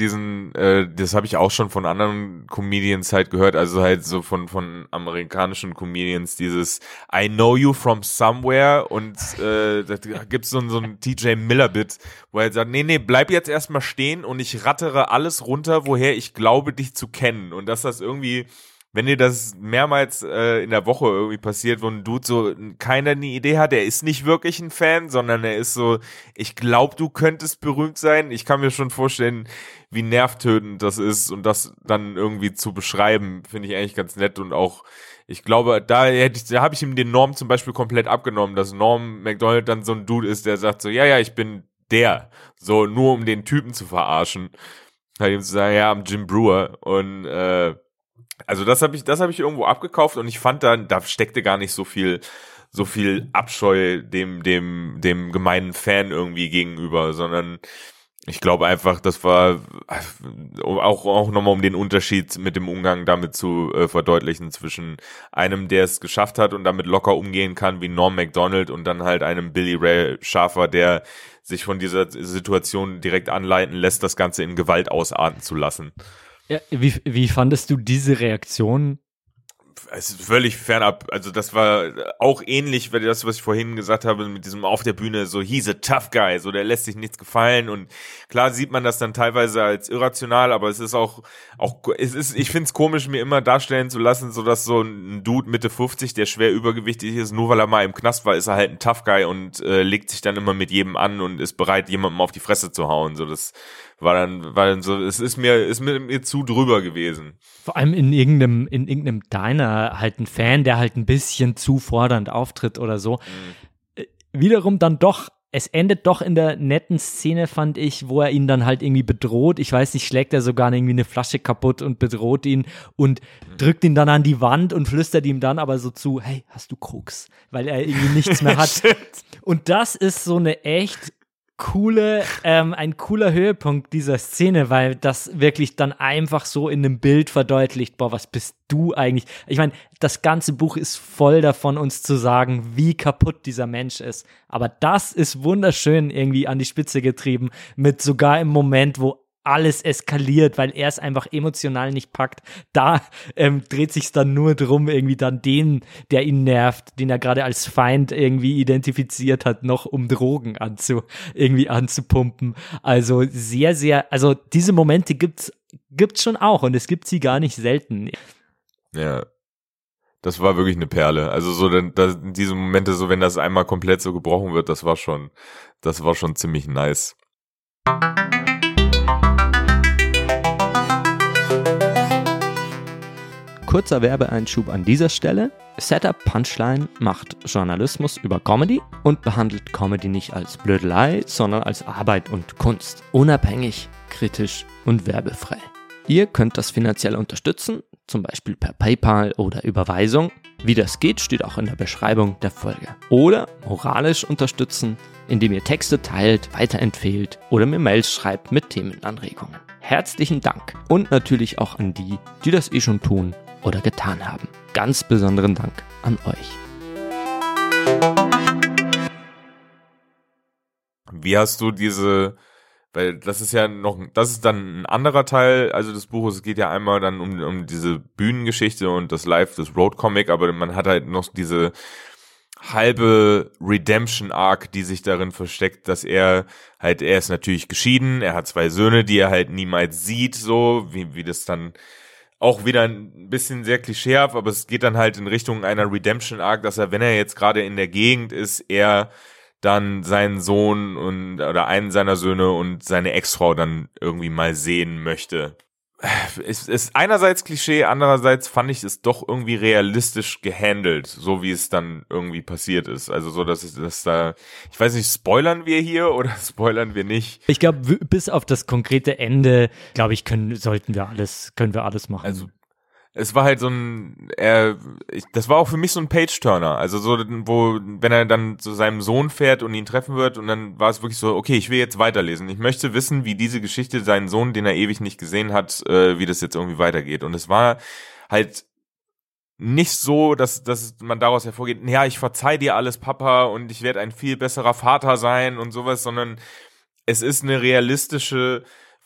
das habe ich auch schon von anderen Comedians halt gehört, also halt so von amerikanischen Comedians, dieses I know you from somewhere und da gibt's so ein TJ Miller-Bit, wo er sagt, nee, bleib jetzt erstmal stehen und ich rattere alles runter, woher ich glaube, dich zu kennen. Und dass das irgendwie, wenn dir das mehrmals in der Woche irgendwie passiert, wo ein Dude so keiner eine Idee hat, er ist nicht wirklich ein Fan, sondern er ist so, ich glaube, du könntest berühmt sein. Ich kann mir schon vorstellen, wie nervtötend das ist und das dann irgendwie zu beschreiben, finde ich eigentlich ganz nett und auch, ich glaube, da habe ich ihm den Norm zum Beispiel komplett abgenommen, dass Norm Macdonald dann so ein Dude ist, der sagt so, ja, ich bin der, so nur um den Typen zu verarschen, halt ihm zu sagen, ja, I'm Jim Breuer und also das habe ich irgendwo abgekauft und ich fand da steckte gar nicht so viel Abscheu dem gemeinen Fan irgendwie gegenüber, sondern ich glaube einfach, das war auch nochmal, um den Unterschied mit dem Umgang damit zu verdeutlichen zwischen einem, der es geschafft hat und damit locker umgehen kann, wie Norm Macdonald, und dann halt einem Billy Ray Schafer, der sich von dieser Situation direkt anleiten lässt, das Ganze in Gewalt ausarten zu lassen. Ja, wie fandest du diese Reaktion? Es ist völlig fernab, also das war auch ähnlich, weil das, was ich vorhin gesagt habe, mit diesem auf der Bühne, so he's a tough guy, so der lässt sich nichts gefallen, und klar sieht man das dann teilweise als irrational, aber es ist ich find's komisch, mir immer darstellen zu lassen, so dass so ein Dude Mitte 50, der schwer übergewichtig ist, nur weil er mal im Knast war, ist er halt ein tough guy und legt sich dann immer mit jedem an und ist bereit, jemandem auf die Fresse zu hauen, so das war dann so, es ist mir zu drüber gewesen. Vor allem in irgendeinem Diner halt ein Fan, der halt ein bisschen zu fordernd auftritt oder so. Wiederum dann doch, es endet doch in der netten Szene, fand ich, wo er ihn dann halt irgendwie bedroht. Ich weiß nicht, schlägt er sogar irgendwie eine Flasche kaputt und bedroht ihn und drückt ihn dann an die Wand und flüstert ihm dann aber so zu, hey, hast du Koks? Weil er irgendwie nichts mehr hat. Und das ist so eine echt ein cooler Höhepunkt dieser Szene, weil das wirklich dann einfach so in einem Bild verdeutlicht, boah, was bist du eigentlich? Ich meine, das ganze Buch ist voll davon, uns zu sagen, wie kaputt dieser Mensch ist. Aber das ist wunderschön irgendwie an die Spitze getrieben, mit sogar im Moment, wo alles eskaliert, weil er es einfach emotional nicht packt. Da dreht sich's dann nur drum, irgendwie dann den, der ihn nervt, den er gerade als Feind irgendwie identifiziert hat, noch um Drogen anzupumpen. Also sehr, sehr, also diese Momente gibt's schon auch und es gibt sie gar nicht selten. Ja. Das war wirklich eine Perle. Also so diese Momente, so wenn das einmal komplett so gebrochen wird, das war schon ziemlich nice. Kurzer Werbeeinschub an dieser Stelle. Setup Punchline macht Journalismus über Comedy und behandelt Comedy nicht als Blödelei, sondern als Arbeit und Kunst. Unabhängig, kritisch und werbefrei. Ihr könnt das finanziell unterstützen, zum Beispiel per PayPal oder Überweisung. Wie das geht, steht auch in der Beschreibung der Folge. Oder moralisch unterstützen, indem ihr Texte teilt, weiterempfehlt oder mir Mails schreibt mit Themenanregungen. Herzlichen Dank und natürlich auch an die, die das eh schon tun oder getan haben. Ganz besonderen Dank an euch. Wie hast du weil das ist dann ein anderer Teil, also des Buches, es geht ja einmal dann um diese Bühnengeschichte und das Road Comic, aber man hat halt noch halbe Redemption-Arc, die sich darin versteckt, dass er ist natürlich geschieden, er hat 2 Söhne, die er halt niemals sieht, so, wie das dann auch wieder ein bisschen sehr klischeehaft, aber es geht dann halt in Richtung einer Redemption-Arc, dass er, wenn er jetzt gerade in der Gegend ist, er dann seinen Sohn oder einen seiner Söhne und seine Ex-Frau dann irgendwie mal sehen möchte. Es ist einerseits Klischee, andererseits fand ich es doch irgendwie realistisch gehandelt, so wie es dann irgendwie passiert ist. Also so, dass da, ich weiß nicht, spoilern wir hier oder spoilern wir nicht? Ich glaube, bis auf das konkrete Ende, glaube ich, können wir alles machen. Also es war halt so das war auch für mich so ein Page-Turner, also so, wenn er dann zu seinem Sohn fährt und ihn treffen wird und dann war es wirklich so, okay, ich will jetzt weiterlesen, ich möchte wissen, wie diese Geschichte, seinen Sohn, den er ewig nicht gesehen hat, wie das jetzt irgendwie weitergeht, und es war halt nicht so, dass man daraus hervorgeht, ja, ich verzeih dir alles, Papa, und ich werde ein viel besserer Vater sein und sowas, sondern es ist eine realistische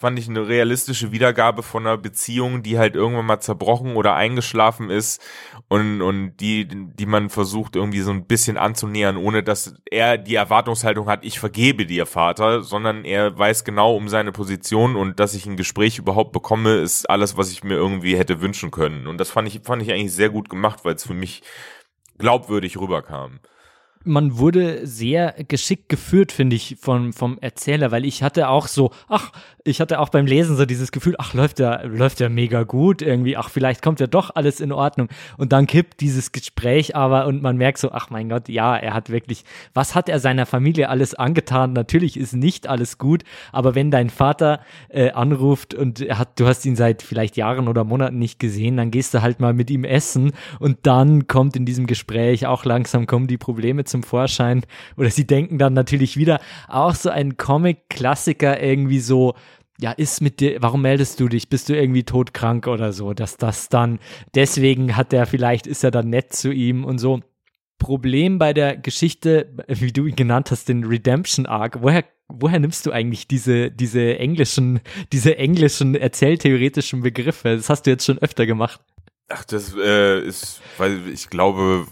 Wiedergabe von einer Beziehung, die halt irgendwann mal zerbrochen oder eingeschlafen ist und die man versucht irgendwie so ein bisschen anzunähern, ohne dass er die Erwartungshaltung hat, ich vergebe dir, Vater, sondern er weiß genau um seine Position, und dass ich ein Gespräch überhaupt bekomme, ist alles, was ich mir irgendwie hätte wünschen können. Und das fand ich eigentlich sehr gut gemacht, weil es für mich glaubwürdig rüberkam. Man wurde sehr geschickt geführt, finde ich, vom Erzähler, weil ich hatte auch beim Lesen so dieses Gefühl, läuft der mega gut irgendwie, vielleicht kommt ja doch alles in Ordnung, und dann kippt dieses Gespräch aber und man merkt so, mein Gott, ja, er hat wirklich, was hat er seiner Familie alles angetan? Natürlich ist nicht alles gut, aber wenn dein Vater anruft und du hast ihn seit vielleicht Jahren oder Monaten nicht gesehen, dann gehst du halt mal mit ihm essen, und dann kommt in diesem Gespräch auch langsam kommen die Probleme zum Vorschein, oder sie denken dann natürlich wieder, auch so ein Comic-Klassiker irgendwie so, ja, ist mit dir, warum meldest du dich, bist du irgendwie todkrank oder so, dass das dann, deswegen ist er dann nett zu ihm und so. Problem bei der Geschichte, wie du ihn genannt hast, den Redemption Arc, woher nimmst du eigentlich diese englischen erzähltheoretischen Begriffe? Das hast du jetzt schon öfter gemacht. Das ist, weil ich glaube,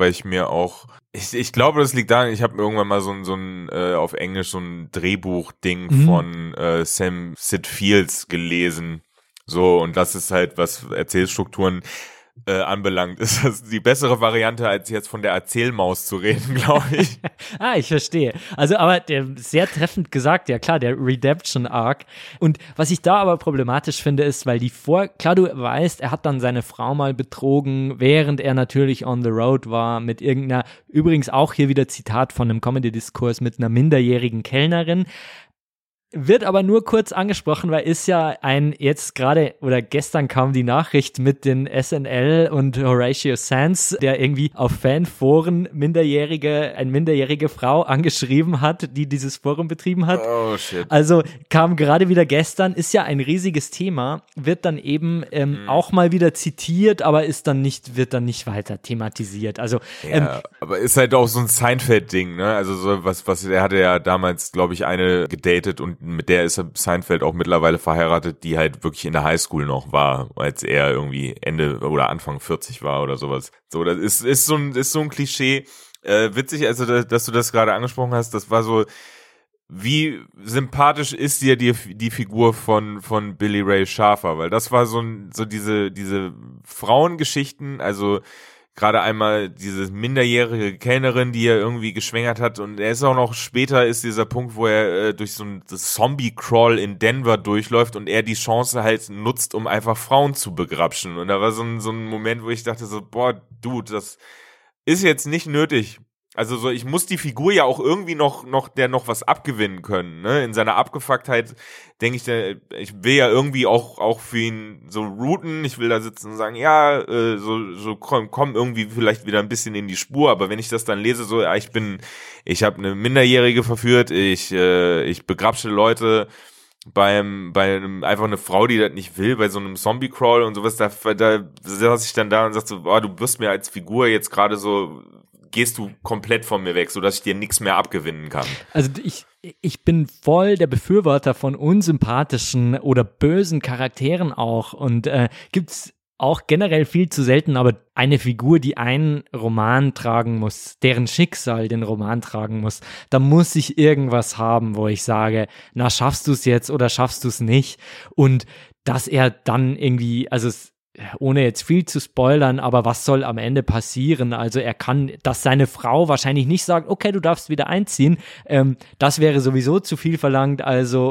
ich glaube, das liegt daran, ich habe irgendwann mal so ein auf Englisch so ein Drehbuch-Ding von Sam Sid Fields gelesen. So, und das ist halt, was Erzählstrukturen anbelangt, ist das die bessere Variante, als jetzt von der Erzählmaus zu reden, glaube ich. Ich verstehe. Also, aber sehr treffend gesagt, ja klar, der Redemption Arc. Und was ich da aber problematisch finde, ist, weil klar, du weißt, er hat dann seine Frau mal betrogen, während er natürlich on the road war mit übrigens auch hier wieder Zitat von einem Comedy-Diskurs, mit einer minderjährigen Kellnerin. Wird aber nur kurz angesprochen, weil ist ja jetzt gerade oder gestern kam die Nachricht mit den SNL und Horatio Sanz, der irgendwie auf Fanforen eine minderjährige Frau angeschrieben hat, die dieses Forum betrieben hat. Oh shit. Also kam gerade wieder gestern, ist ja ein riesiges Thema, wird dann eben auch mal wieder zitiert, aber wird dann nicht weiter thematisiert. Also aber ist halt auch so ein Seinfeld-Ding, ne? Also so was er hatte ja damals, glaube ich, eine gedatet, und mit der ist Seinfeld auch mittlerweile verheiratet, die halt wirklich in der Highschool noch war, als er irgendwie Ende oder Anfang 40 war oder sowas. So, das ist so ein Klischee. Witzig, also dass du das gerade angesprochen hast, das war so, wie sympathisch ist dir die Figur von Billy Ray Schafer, weil das war so diese Frauengeschichten, also gerade einmal diese minderjährige Kellnerin, die er irgendwie geschwängert hat, und er ist auch noch später ist dieser Punkt, wo er durch so ein Zombie-Crawl in Denver durchläuft und er die Chance halt nutzt, um einfach Frauen zu begrapschen, und da war so ein Moment, wo ich dachte so, boah, Dude, das ist jetzt nicht nötig. Also so, ich muss die Figur ja auch irgendwie noch was abgewinnen können, ne? In seiner Abgefucktheit denke ich, ich will ja irgendwie auch für ihn so routen. Ich will da sitzen und sagen, ja, komm irgendwie vielleicht wieder ein bisschen in die Spur. Aber wenn ich das dann lese, so, ja, ich habe eine Minderjährige verführt, ich begrapsche Leute bei einfach eine Frau, die das nicht will, bei so einem Zombie-Crawl und sowas, da saß ich dann da und sagte so, boah, du wirst mir als Figur jetzt gerade so, gehst du komplett von mir weg, sodass ich dir nichts mehr abgewinnen kann. Also ich bin voll der Befürworter von unsympathischen oder bösen Charakteren auch, und gibt's auch generell viel zu selten, aber eine Figur, die einen Roman tragen muss, deren Schicksal den Roman tragen muss, da muss ich irgendwas haben, wo ich sage, na, schaffst du es jetzt oder schaffst du es nicht? Und dass er dann irgendwie, also ohne jetzt viel zu spoilern, aber was soll am Ende passieren? Also er kann, dass seine Frau wahrscheinlich nicht sagt, okay, du darfst wieder einziehen, das wäre sowieso zu viel verlangt, also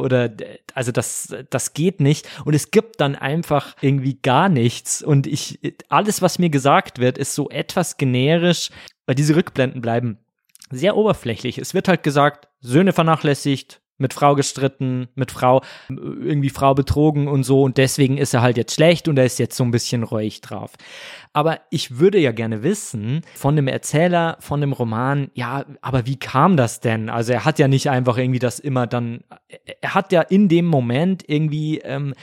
das geht nicht und es gibt dann einfach irgendwie gar nichts und alles, was mir gesagt wird, ist so etwas generisch, weil diese Rückblenden bleiben sehr oberflächlich. Es wird halt gesagt, Söhne vernachlässigt, mit Frau gestritten, mit Frau betrogen und so und deswegen ist er halt jetzt schlecht und er ist jetzt so ein bisschen reuig drauf. Aber ich würde ja gerne wissen von dem Erzähler, von dem Roman, ja, aber wie kam das denn? Also er hat ja nicht einfach irgendwie das immer dann, er hat ja in dem Moment irgendwie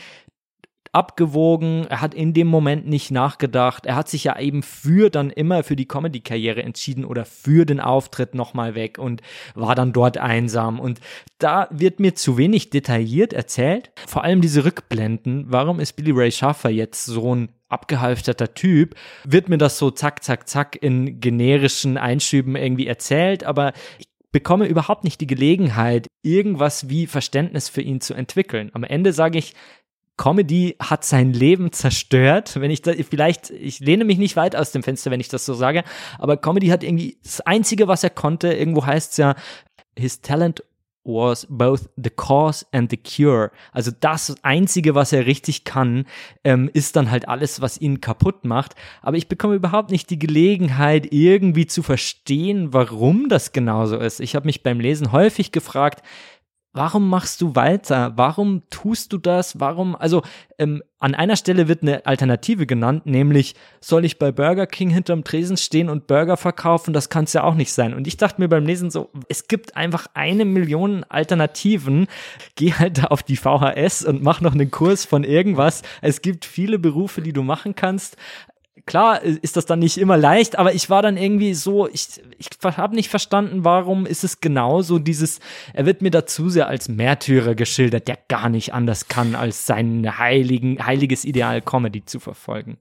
abgewogen, er hat in dem Moment nicht nachgedacht, er hat sich ja eben dann immer für die Comedy-Karriere entschieden oder für den Auftritt nochmal weg und war dann dort einsam und da wird mir zu wenig detailliert erzählt, vor allem diese Rückblenden, warum ist Billy Ray Schaffer jetzt so ein abgehalfterter Typ, wird mir das so zack, zack, zack in generischen Einschüben irgendwie erzählt, aber ich bekomme überhaupt nicht die Gelegenheit, irgendwas wie Verständnis für ihn zu entwickeln. Am Ende sage ich, Comedy hat sein Leben zerstört, ich lehne mich nicht weit aus dem Fenster, wenn ich das so sage, aber Comedy hat irgendwie das Einzige, was er konnte, irgendwo heißt es ja, his talent was both the cause and the cure. Also das Einzige, was er richtig kann, ist dann halt alles, was ihn kaputt macht. Aber ich bekomme überhaupt nicht die Gelegenheit, irgendwie zu verstehen, warum das genauso ist. Ich habe mich beim Lesen häufig gefragt, warum machst du weiter? Warum tust du das? An einer Stelle wird eine Alternative genannt, nämlich, soll ich bei Burger King hinterm Tresen stehen und Burger verkaufen? Das kann es ja auch nicht sein. Und ich dachte mir beim Lesen so, es gibt einfach 1 Million Alternativen. Geh halt da auf die VHS und mach noch einen Kurs von irgendwas. Es gibt viele Berufe, die du machen kannst. Klar ist das dann nicht immer leicht, aber ich war dann irgendwie so, ich habe nicht verstanden, warum ist es genauso er wird mir dazu sehr als Märtyrer geschildert, der gar nicht anders kann, als sein heiliges Ideal Comedy zu verfolgen.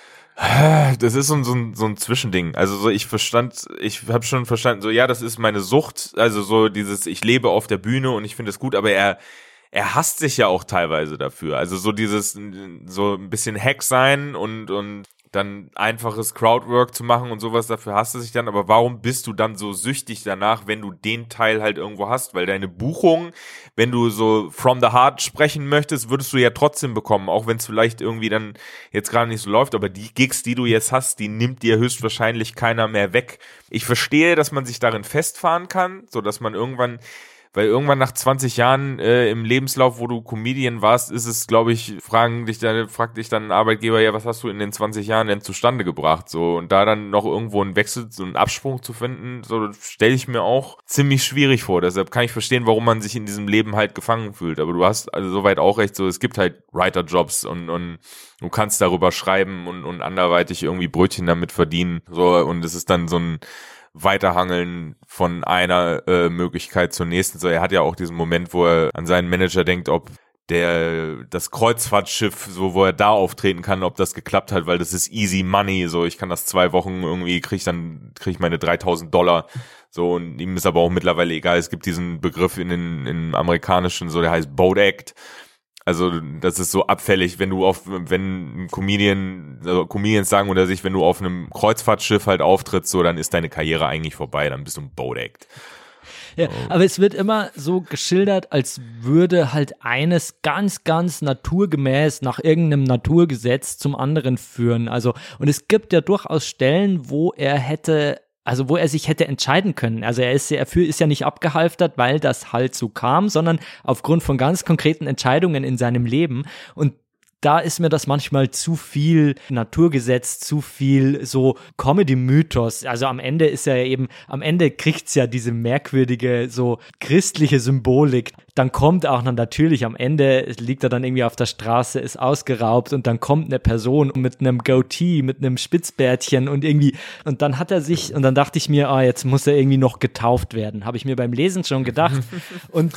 Das ist so ein Zwischending. Also so ich habe schon verstanden, so ja, das ist meine Sucht, also so dieses, ich lebe auf der Bühne und ich finde es gut, aber er hasst sich ja auch teilweise dafür. Also so dieses, so ein bisschen Hack sein und dann einfaches Crowdwork zu machen und sowas, dafür hasst du sich dann, aber warum bist du dann so süchtig danach, wenn du den Teil halt irgendwo hast, weil deine Buchung, wenn du so from the heart sprechen möchtest, würdest du ja trotzdem bekommen, auch wenn es vielleicht irgendwie dann jetzt gerade nicht so läuft, aber die Gigs, die du jetzt hast, die nimmt dir höchstwahrscheinlich keiner mehr weg. Ich verstehe, dass man sich darin festfahren kann, so dass man irgendwann nach 20 Jahren im Lebenslauf, wo du Comedian warst, ist es, glaube ich, fragt dich dann ein Arbeitgeber, ja, was hast du in den 20 Jahren denn zustande gebracht? So, und da dann noch irgendwo einen Wechsel, so einen Absprung zu finden, so stelle ich mir auch ziemlich schwierig vor. Deshalb kann ich verstehen, warum man sich in diesem Leben halt gefangen fühlt. Aber du hast also soweit auch recht, so es gibt halt Writer-Jobs und du kannst darüber schreiben und anderweitig irgendwie Brötchen damit verdienen. So, und es ist dann so ein Weiterhangeln von einer Möglichkeit zur nächsten. So, er hat ja auch diesen Moment, wo er an seinen Manager denkt, ob das Kreuzfahrtschiff, so wo er da auftreten kann, ob das geklappt hat, weil das ist easy money, so ich kann das 2 Wochen irgendwie, krieg ich meine $3.000, so, und ihm ist aber auch mittlerweile egal, es gibt diesen Begriff in amerikanischen, so der heißt Boat Act. Also das ist so abfällig, wenn Comedians sagen unter sich, wenn du auf einem Kreuzfahrtschiff halt auftrittst, so, dann ist deine Karriere eigentlich vorbei, dann bist du ein Boat Act. Ja, aber es wird immer so geschildert, als würde halt eines ganz, ganz naturgemäß nach irgendeinem Naturgesetz zum anderen führen. Also, und es gibt ja durchaus Stellen, wo er sich hätte entscheiden können. Also er ist ja nicht abgehalftert, weil das halt so kam, sondern aufgrund von ganz konkreten Entscheidungen in seinem Leben. Und da ist mir das manchmal zu viel Naturgesetz, zu viel so Comedy-Mythos. Also am Ende kriegt's ja diese merkwürdige, so christliche Symbolik. Dann kommt auch noch natürlich am Ende, liegt er dann irgendwie auf der Straße, ist ausgeraubt und dann kommt eine Person mit einem Goatee, mit einem Spitzbärtchen und dann dann dachte ich mir, jetzt muss er irgendwie noch getauft werden. Habe ich mir beim Lesen schon gedacht. Und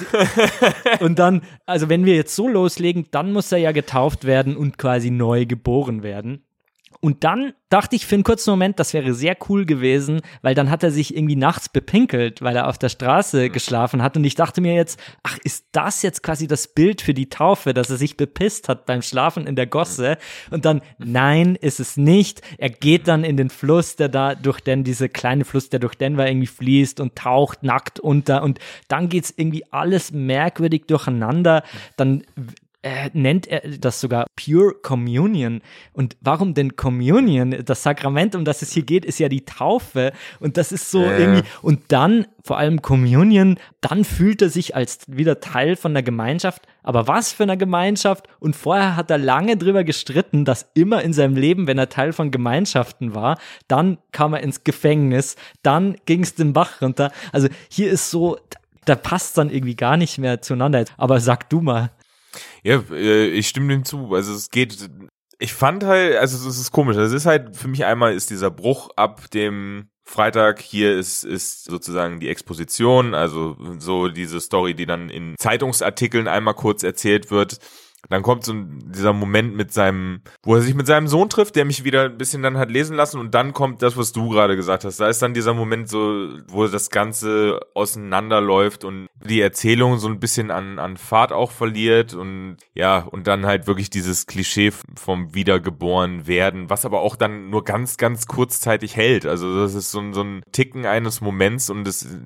dann, also wenn wir jetzt so loslegen, dann muss er ja getauft werden und quasi neu geboren werden. Und dann dachte ich für einen kurzen Moment, das wäre sehr cool gewesen, weil dann hat er sich irgendwie nachts bepinkelt, weil er auf der Straße geschlafen hat. Und ich dachte mir jetzt, ach, ist das jetzt quasi das Bild für die Taufe, dass er sich bepisst hat beim Schlafen in der Gosse? Und dann, nein, ist es nicht. Er geht dann in den Fluss, der da durch diese kleine Fluss, der durch Denver irgendwie fließt und taucht nackt unter. Und dann geht's irgendwie alles merkwürdig durcheinander. Dann nennt er das sogar Pure Communion. Und warum denn Communion? Das Sakrament, um das es hier geht, ist ja die Taufe. Und das ist so irgendwie, und dann, vor allem Communion, dann fühlt er sich als wieder Teil von der Gemeinschaft. Aber was für eine Gemeinschaft? Und vorher hat er lange drüber gestritten, dass immer in seinem Leben, wenn er Teil von Gemeinschaften war, dann kam er ins Gefängnis, dann ging es den Bach runter. Also hier ist so, da passt dann irgendwie gar nicht mehr zueinander. Aber sag du mal. Ja, ich stimme dem zu. Also ich fand halt, also es ist komisch. Es ist halt, für mich einmal ist dieser Bruch ab dem Freitag, hier ist sozusagen die Exposition, also so diese Story, die dann in Zeitungsartikeln einmal kurz erzählt wird. Dann kommt so dieser Moment wo er sich mit seinem Sohn trifft, der mich wieder ein bisschen dann hat lesen lassen, und dann kommt das, was du gerade gesagt hast. Da ist dann dieser Moment so, wo das Ganze auseinanderläuft und die Erzählung so ein bisschen an Fahrt auch verliert, und ja, und dann halt wirklich dieses Klischee vom Wiedergeboren werden, was aber auch dann nur ganz, ganz kurzzeitig hält. Also das ist so ein Ticken eines Moments, und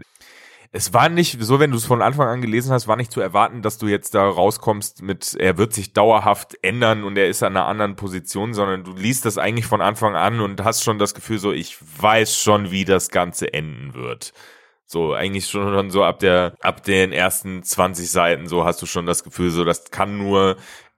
es war nicht so, wenn du es von Anfang an gelesen hast, war nicht zu erwarten, dass du jetzt da rauskommst mit, er wird sich dauerhaft ändern und er ist an einer anderen Position, sondern du liest das eigentlich von Anfang an und hast schon das Gefühl so, ich weiß schon, wie das Ganze enden wird. So, eigentlich schon so ab den ersten 20 Seiten, so hast du schon das Gefühl so, das kann nur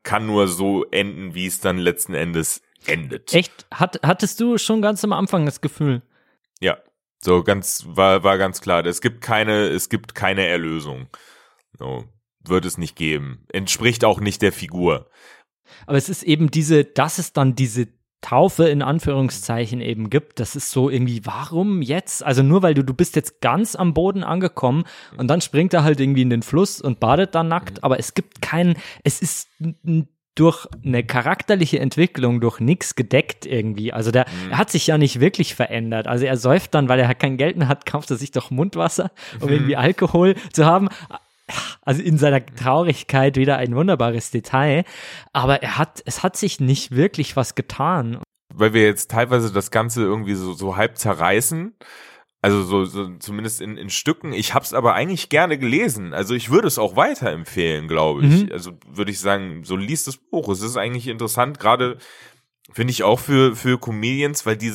so enden, wie es dann letzten Endes endet. Echt? Hattest du schon ganz am Anfang das Gefühl? Ja. So war ganz klar, es gibt keine Erlösung. So, wird es nicht geben. Entspricht auch nicht der Figur. Aber es ist eben dass es dann diese Taufe in Anführungszeichen eben gibt, das ist so irgendwie, warum jetzt? Also nur weil du bist jetzt ganz am Boden angekommen und dann springt er halt irgendwie in den Fluss und badet dann nackt, aber es ist durch eine charakterliche Entwicklung, durch nichts gedeckt irgendwie. Also er hat sich ja nicht wirklich verändert. Also er säuft dann, weil er kein Geld mehr hat, kauft er sich doch Mundwasser, um irgendwie Alkohol zu haben. Also in seiner Traurigkeit wieder ein wunderbares Detail. Aber es hat sich nicht wirklich was getan. Weil wir jetzt teilweise das Ganze irgendwie so halb zerreißen. Also so zumindest in Stücken. Ich hab's aber eigentlich gerne gelesen. Also ich würde es auch weiterempfehlen, glaube ich. Also würde ich sagen, so liest das Buch. Es ist eigentlich interessant, gerade finde ich auch für Comedians, weil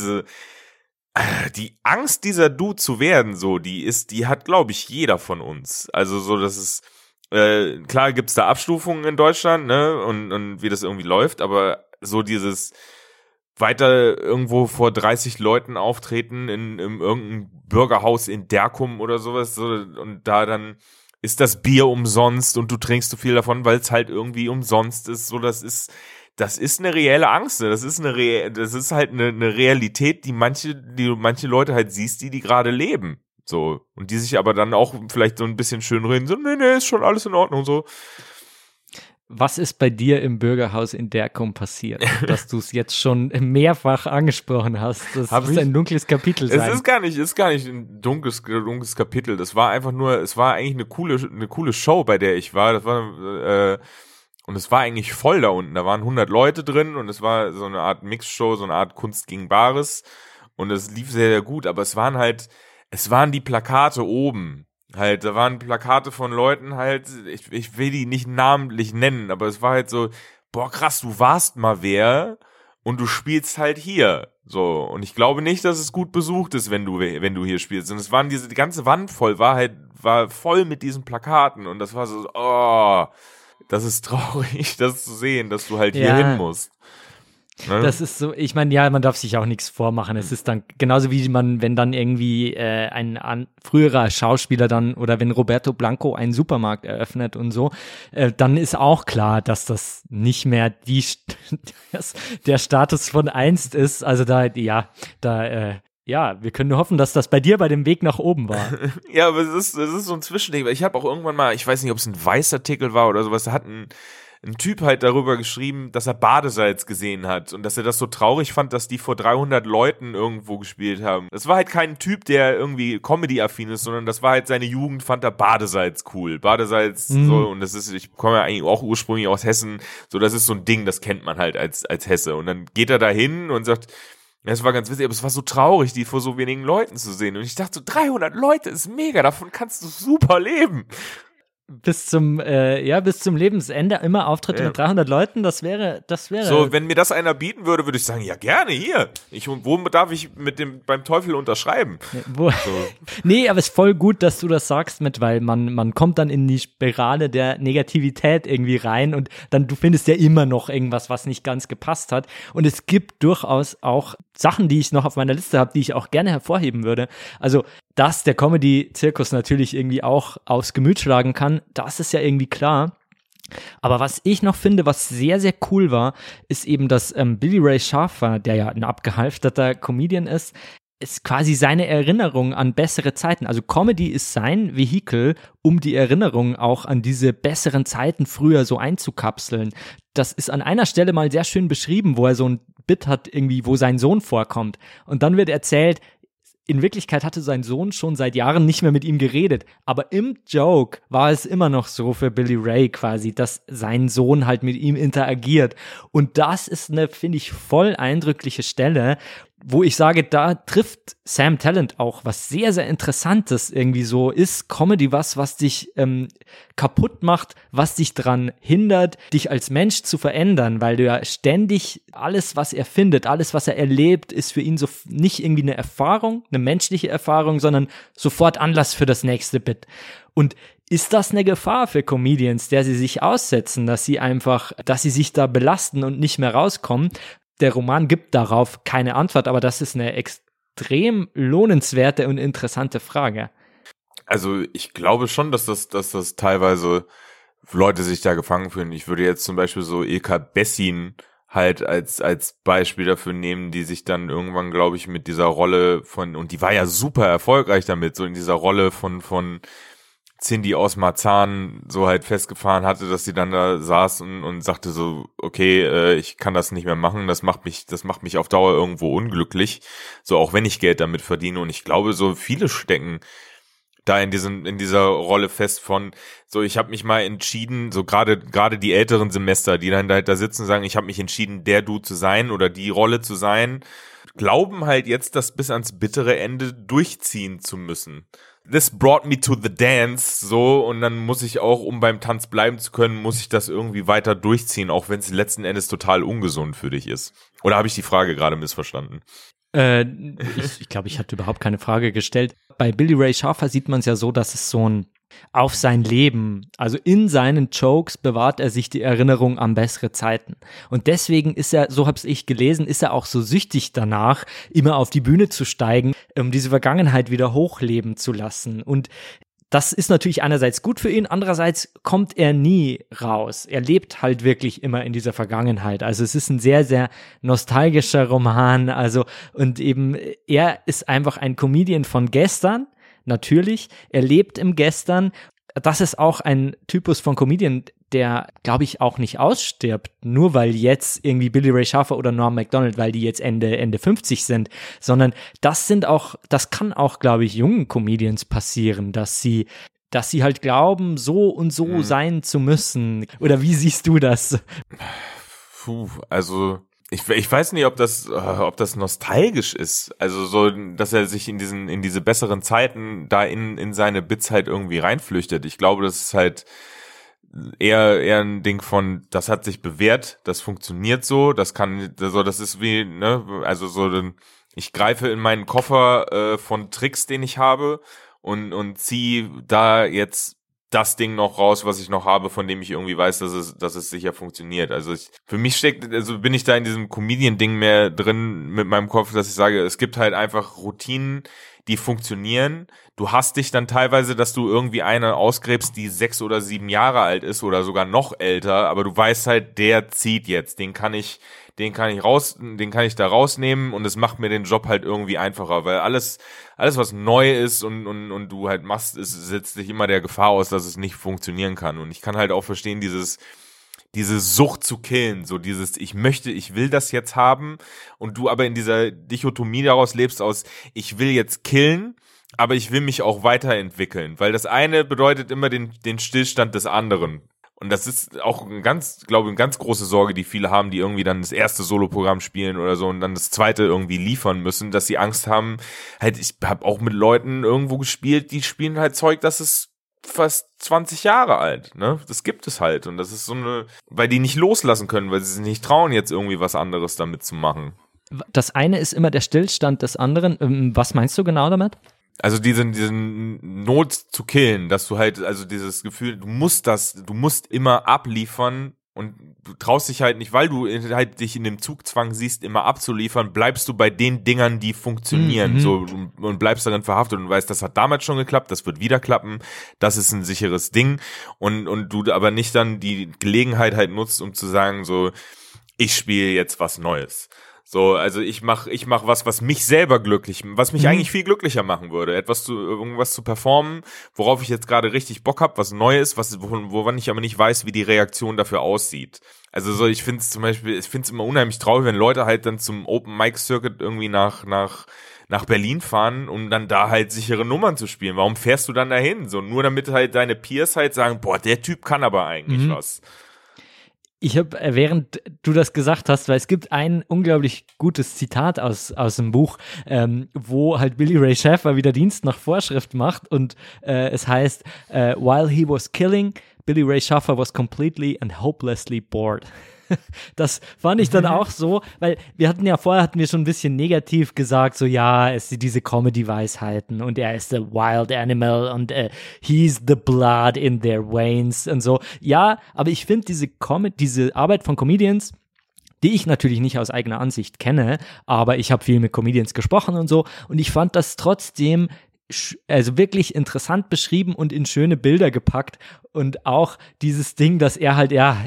die Angst, dieser Dude zu werden, so, die hat, glaube ich, jeder von uns. Also so, das ist, klar gibt's da Abstufungen in Deutschland, ne, und wie das irgendwie läuft, aber so dieses weiter irgendwo vor 30 Leuten auftreten in irgendeinem Bürgerhaus in Derkum oder sowas, so, und da dann ist das Bier umsonst und du trinkst so viel davon, weil es halt irgendwie umsonst ist, so, das ist eine reelle Angst, das ist halt eine Realität, die manche Leute halt siehst, die gerade leben, so, und die sich aber dann auch vielleicht so ein bisschen schön reden, so, nee, ist schon alles in Ordnung, so. Was ist bei dir im Bürgerhaus in Derkum passiert, dass du es jetzt schon mehrfach angesprochen hast? Das muss ein dunkles Kapitel sein. Es ist gar nicht ein dunkles Kapitel. Das war einfach nur, es war eigentlich eine coole Show, bei der ich war. Und es war eigentlich voll da unten. Da waren 100 Leute drin und es war so eine Art Mixshow, so eine Art Kunst gegen Bares. Und es lief sehr, sehr gut. Aber es waren die Plakate oben. Halt, da waren Plakate von Leuten halt, ich will die nicht namentlich nennen, aber es war halt so, boah krass, du warst mal wer und du spielst halt hier. So, und ich glaube nicht, dass es gut besucht ist, wenn du hier spielst. Und es waren die ganze Wand voll, war voll mit diesen Plakaten und das war so, oh, das ist traurig, das zu sehen, dass du halt hier hin musst. Ne? Das ist so, ich meine, ja, man darf sich auch nichts vormachen. Es ist dann genauso wie wenn dann irgendwie ein früherer Schauspieler dann oder wenn Roberto Blanco einen Supermarkt eröffnet und so, dann ist auch klar, dass das nicht mehr der Status von einst ist. Also wir können nur hoffen, dass das bei dir bei dem Weg nach oben war. Ja, aber es ist so ein Zwischending. Ich habe auch irgendwann mal, ich weiß nicht, ob es ein Weißartikel war oder sowas, da hat ein Typ halt darüber geschrieben, dass er Badesalz gesehen hat und dass er das so traurig fand, dass die vor 300 Leuten irgendwo gespielt haben. Das war halt kein Typ, der irgendwie Comedy-affin ist, sondern das war halt seine Jugend, fand er Badesalz cool. Badesalz, so, und das ist, ich komme ja eigentlich auch ursprünglich aus Hessen, so, das ist so ein Ding, das kennt man halt als Hesse. Und dann geht er da hin und sagt, es war ganz witzig, aber es war so traurig, die vor so wenigen Leuten zu sehen. Und ich dachte so, 300 Leute ist mega, davon kannst du super leben. Bis zum Lebensende immer Auftritte mit 300 Leuten, das wäre. So, wenn mir das einer bieten würde, würde ich sagen, ja gerne, hier. Wo darf ich beim Teufel unterschreiben? So. Nee, aber es ist voll gut, dass du das sagst weil man kommt dann in die Spirale der Negativität irgendwie rein und dann, du findest ja immer noch irgendwas, was nicht ganz gepasst hat. Und es gibt durchaus auch Sachen, die ich noch auf meiner Liste habe, die ich auch gerne hervorheben würde. Also, dass der Comedy-Zirkus natürlich irgendwie auch aufs Gemüt schlagen kann, das ist ja irgendwie klar. Aber was ich noch finde, was sehr, sehr cool war, ist eben, dass Billy Ray Schafer, der ja ein abgehalfterter Comedian ist quasi seine Erinnerung an bessere Zeiten. Also Comedy ist sein Vehikel, um die Erinnerung auch an diese besseren Zeiten früher so einzukapseln. Das ist an einer Stelle mal sehr schön beschrieben, wo er so ein Bit hat, irgendwie, wo sein Sohn vorkommt. Und dann wird erzählt, in Wirklichkeit hatte sein Sohn schon seit Jahren nicht mehr mit ihm geredet. Aber im Joke war es immer noch so für Billy Ray quasi, dass sein Sohn halt mit ihm interagiert. Und das ist eine, finde ich, voll eindrückliche Stelle, wo ich sage, da trifft Sam Tallent auch was sehr, sehr Interessantes irgendwie so. Ist Comedy was dich kaputt macht, was dich dran hindert, dich als Mensch zu verändern, weil du ja ständig alles, was er findet, alles, was er erlebt, ist für ihn so nicht irgendwie eine Erfahrung, eine menschliche Erfahrung, sondern sofort Anlass für das nächste Bit. Und ist das eine Gefahr für Comedians, der sie sich aussetzen, dass sie sich da belasten und nicht mehr rauskommen? Der Roman gibt darauf keine Antwort, aber das ist eine extrem lohnenswerte und interessante Frage. Also ich glaube schon, dass das teilweise Leute sich da gefangen fühlen. Ich würde jetzt zum Beispiel so Ilka Bessin halt als Beispiel dafür nehmen, die sich dann irgendwann, glaube ich, mit dieser Rolle und die war ja super erfolgreich damit, so in dieser Rolle von Cindy aus Marzahn so halt festgefahren hatte, dass sie dann da saß und sagte so, okay, ich kann das nicht mehr machen, das macht mich auf Dauer irgendwo unglücklich, so auch wenn ich Geld damit verdiene. Und ich glaube, so viele stecken da in dieser Rolle fest von, so ich habe mich mal entschieden, so gerade die älteren Semester, die dann da sitzen und sagen, ich habe mich entschieden, der Du zu sein oder die Rolle zu sein, glauben halt jetzt, das bis ans bittere Ende durchziehen zu müssen. This brought me to the dance, so, und dann muss ich auch, um beim Tanz bleiben zu können, muss ich das irgendwie weiter durchziehen, auch wenn es letzten Endes total ungesund für dich ist. Oder habe ich die Frage gerade missverstanden? Ich glaube, ich hatte überhaupt keine Frage gestellt. Bei Billy Ray Schafer sieht man es ja so, dass es so ein auf sein Leben, also in seinen Jokes bewahrt er sich die Erinnerung an bessere Zeiten. Und deswegen ist er, so habe ich gelesen, ist er auch so süchtig danach, immer auf die Bühne zu steigen, um diese Vergangenheit wieder hochleben zu lassen. Und das ist natürlich einerseits gut für ihn, andererseits kommt er nie raus. Er lebt halt wirklich immer in dieser Vergangenheit. Also es ist ein sehr, sehr nostalgischer Roman. Also, und eben, er ist einfach ein Comedian von gestern. Natürlich, er lebt im Gestern. Das ist auch ein Typus von Comedian, der, glaube ich, auch nicht ausstirbt, nur weil jetzt irgendwie Billy Ray Schafer oder Norm Macdonald, weil die jetzt Ende 50 sind, sondern das kann auch, glaube ich, jungen Comedians passieren, dass sie halt glauben, so und so sein zu müssen. Oder wie siehst du das? Also ich weiß nicht, ob das nostalgisch ist. Also so, dass er sich in diese besseren Zeiten da in seine Bits halt irgendwie reinflüchtet. Ich glaube, das ist halt eher ein Ding von, das hat sich bewährt, das funktioniert so, das ist wie, ne, also so, ich greife in meinen Koffer von Tricks, den ich habe und ziehe da jetzt das Ding noch raus, was ich noch habe, von dem ich irgendwie weiß, dass es sicher funktioniert. Also für mich bin ich da in diesem Comedian-Ding mehr drin mit meinem Kopf, dass ich sage, es gibt halt einfach Routinen, die funktionieren. Du hast dich dann teilweise, dass du irgendwie eine ausgräbst, die 6 oder 7 Jahre alt ist oder sogar noch älter, aber du weißt halt, der zieht jetzt, den kann ich da rausnehmen und es macht mir den Job halt irgendwie einfacher, weil alles was neu ist und du halt machst, setzt dich immer der Gefahr aus, dass es nicht funktionieren kann. Und ich kann halt auch verstehen, diese Sucht zu killen, so dieses, ich will das jetzt haben und du aber in dieser Dichotomie daraus lebst aus, ich will jetzt killen, aber ich will mich auch weiterentwickeln, weil das eine bedeutet immer den Stillstand des anderen. Und das ist auch eine ganz große Sorge, die viele haben, die irgendwie dann das erste Soloprogramm spielen oder so und dann das zweite irgendwie liefern müssen, dass sie Angst haben. Halt, ich habe auch mit Leuten irgendwo gespielt, die spielen halt Zeug, das ist fast 20 Jahre alt, ne? Das gibt es halt und das ist so eine, weil die nicht loslassen können, weil sie sich nicht trauen, jetzt irgendwie was anderes damit zu machen. Das eine ist immer der Stillstand des anderen. Was meinst du genau damit? Also diesen Not zu killen, dass du halt, also dieses Gefühl, du musst immer abliefern und du traust dich halt nicht, weil du halt dich in dem Zugzwang siehst, immer abzuliefern, bleibst du bei den Dingern, die funktionieren, so, und bleibst darin verhaftet und weißt, das hat damals schon geklappt, das wird wieder klappen, das ist ein sicheres Ding und du aber nicht dann die Gelegenheit halt nutzt, um zu sagen, so, ich spiele jetzt was Neues. So, also ich mach was mich selber was mich eigentlich viel glücklicher machen würde. Irgendwas zu performen, worauf ich jetzt gerade richtig Bock habe, was Neues, woran ich aber nicht weiß, wie die Reaktion dafür aussieht. Also so, ich find's immer unheimlich traurig, wenn Leute halt dann zum Open Mic Circuit irgendwie nach Berlin fahren, um dann da halt sichere Nummern zu spielen. Warum fährst du dann dahin? So, nur damit halt deine Peers halt sagen, boah, der Typ kann aber eigentlich was. Ich habe, während du das gesagt hast, weil es gibt ein unglaublich gutes Zitat aus dem Buch, wo halt Billy Ray Schaeffer wieder Dienst nach Vorschrift macht und es heißt, while he was killing, Billy Ray Schaeffer was completely and hopelessly bored. Das fand ich dann auch so, weil vorher hatten wir schon ein bisschen negativ gesagt, so ja, es sind diese Comedy-Weisheiten und er ist the wild animal und he's the blood in their veins und so. Ja, aber ich finde diese Arbeit von Comedians, die ich natürlich nicht aus eigener Ansicht kenne, aber ich habe viel mit Comedians gesprochen und so und ich fand das trotzdem also wirklich interessant beschrieben und in schöne Bilder gepackt und auch dieses Ding, dass er halt, er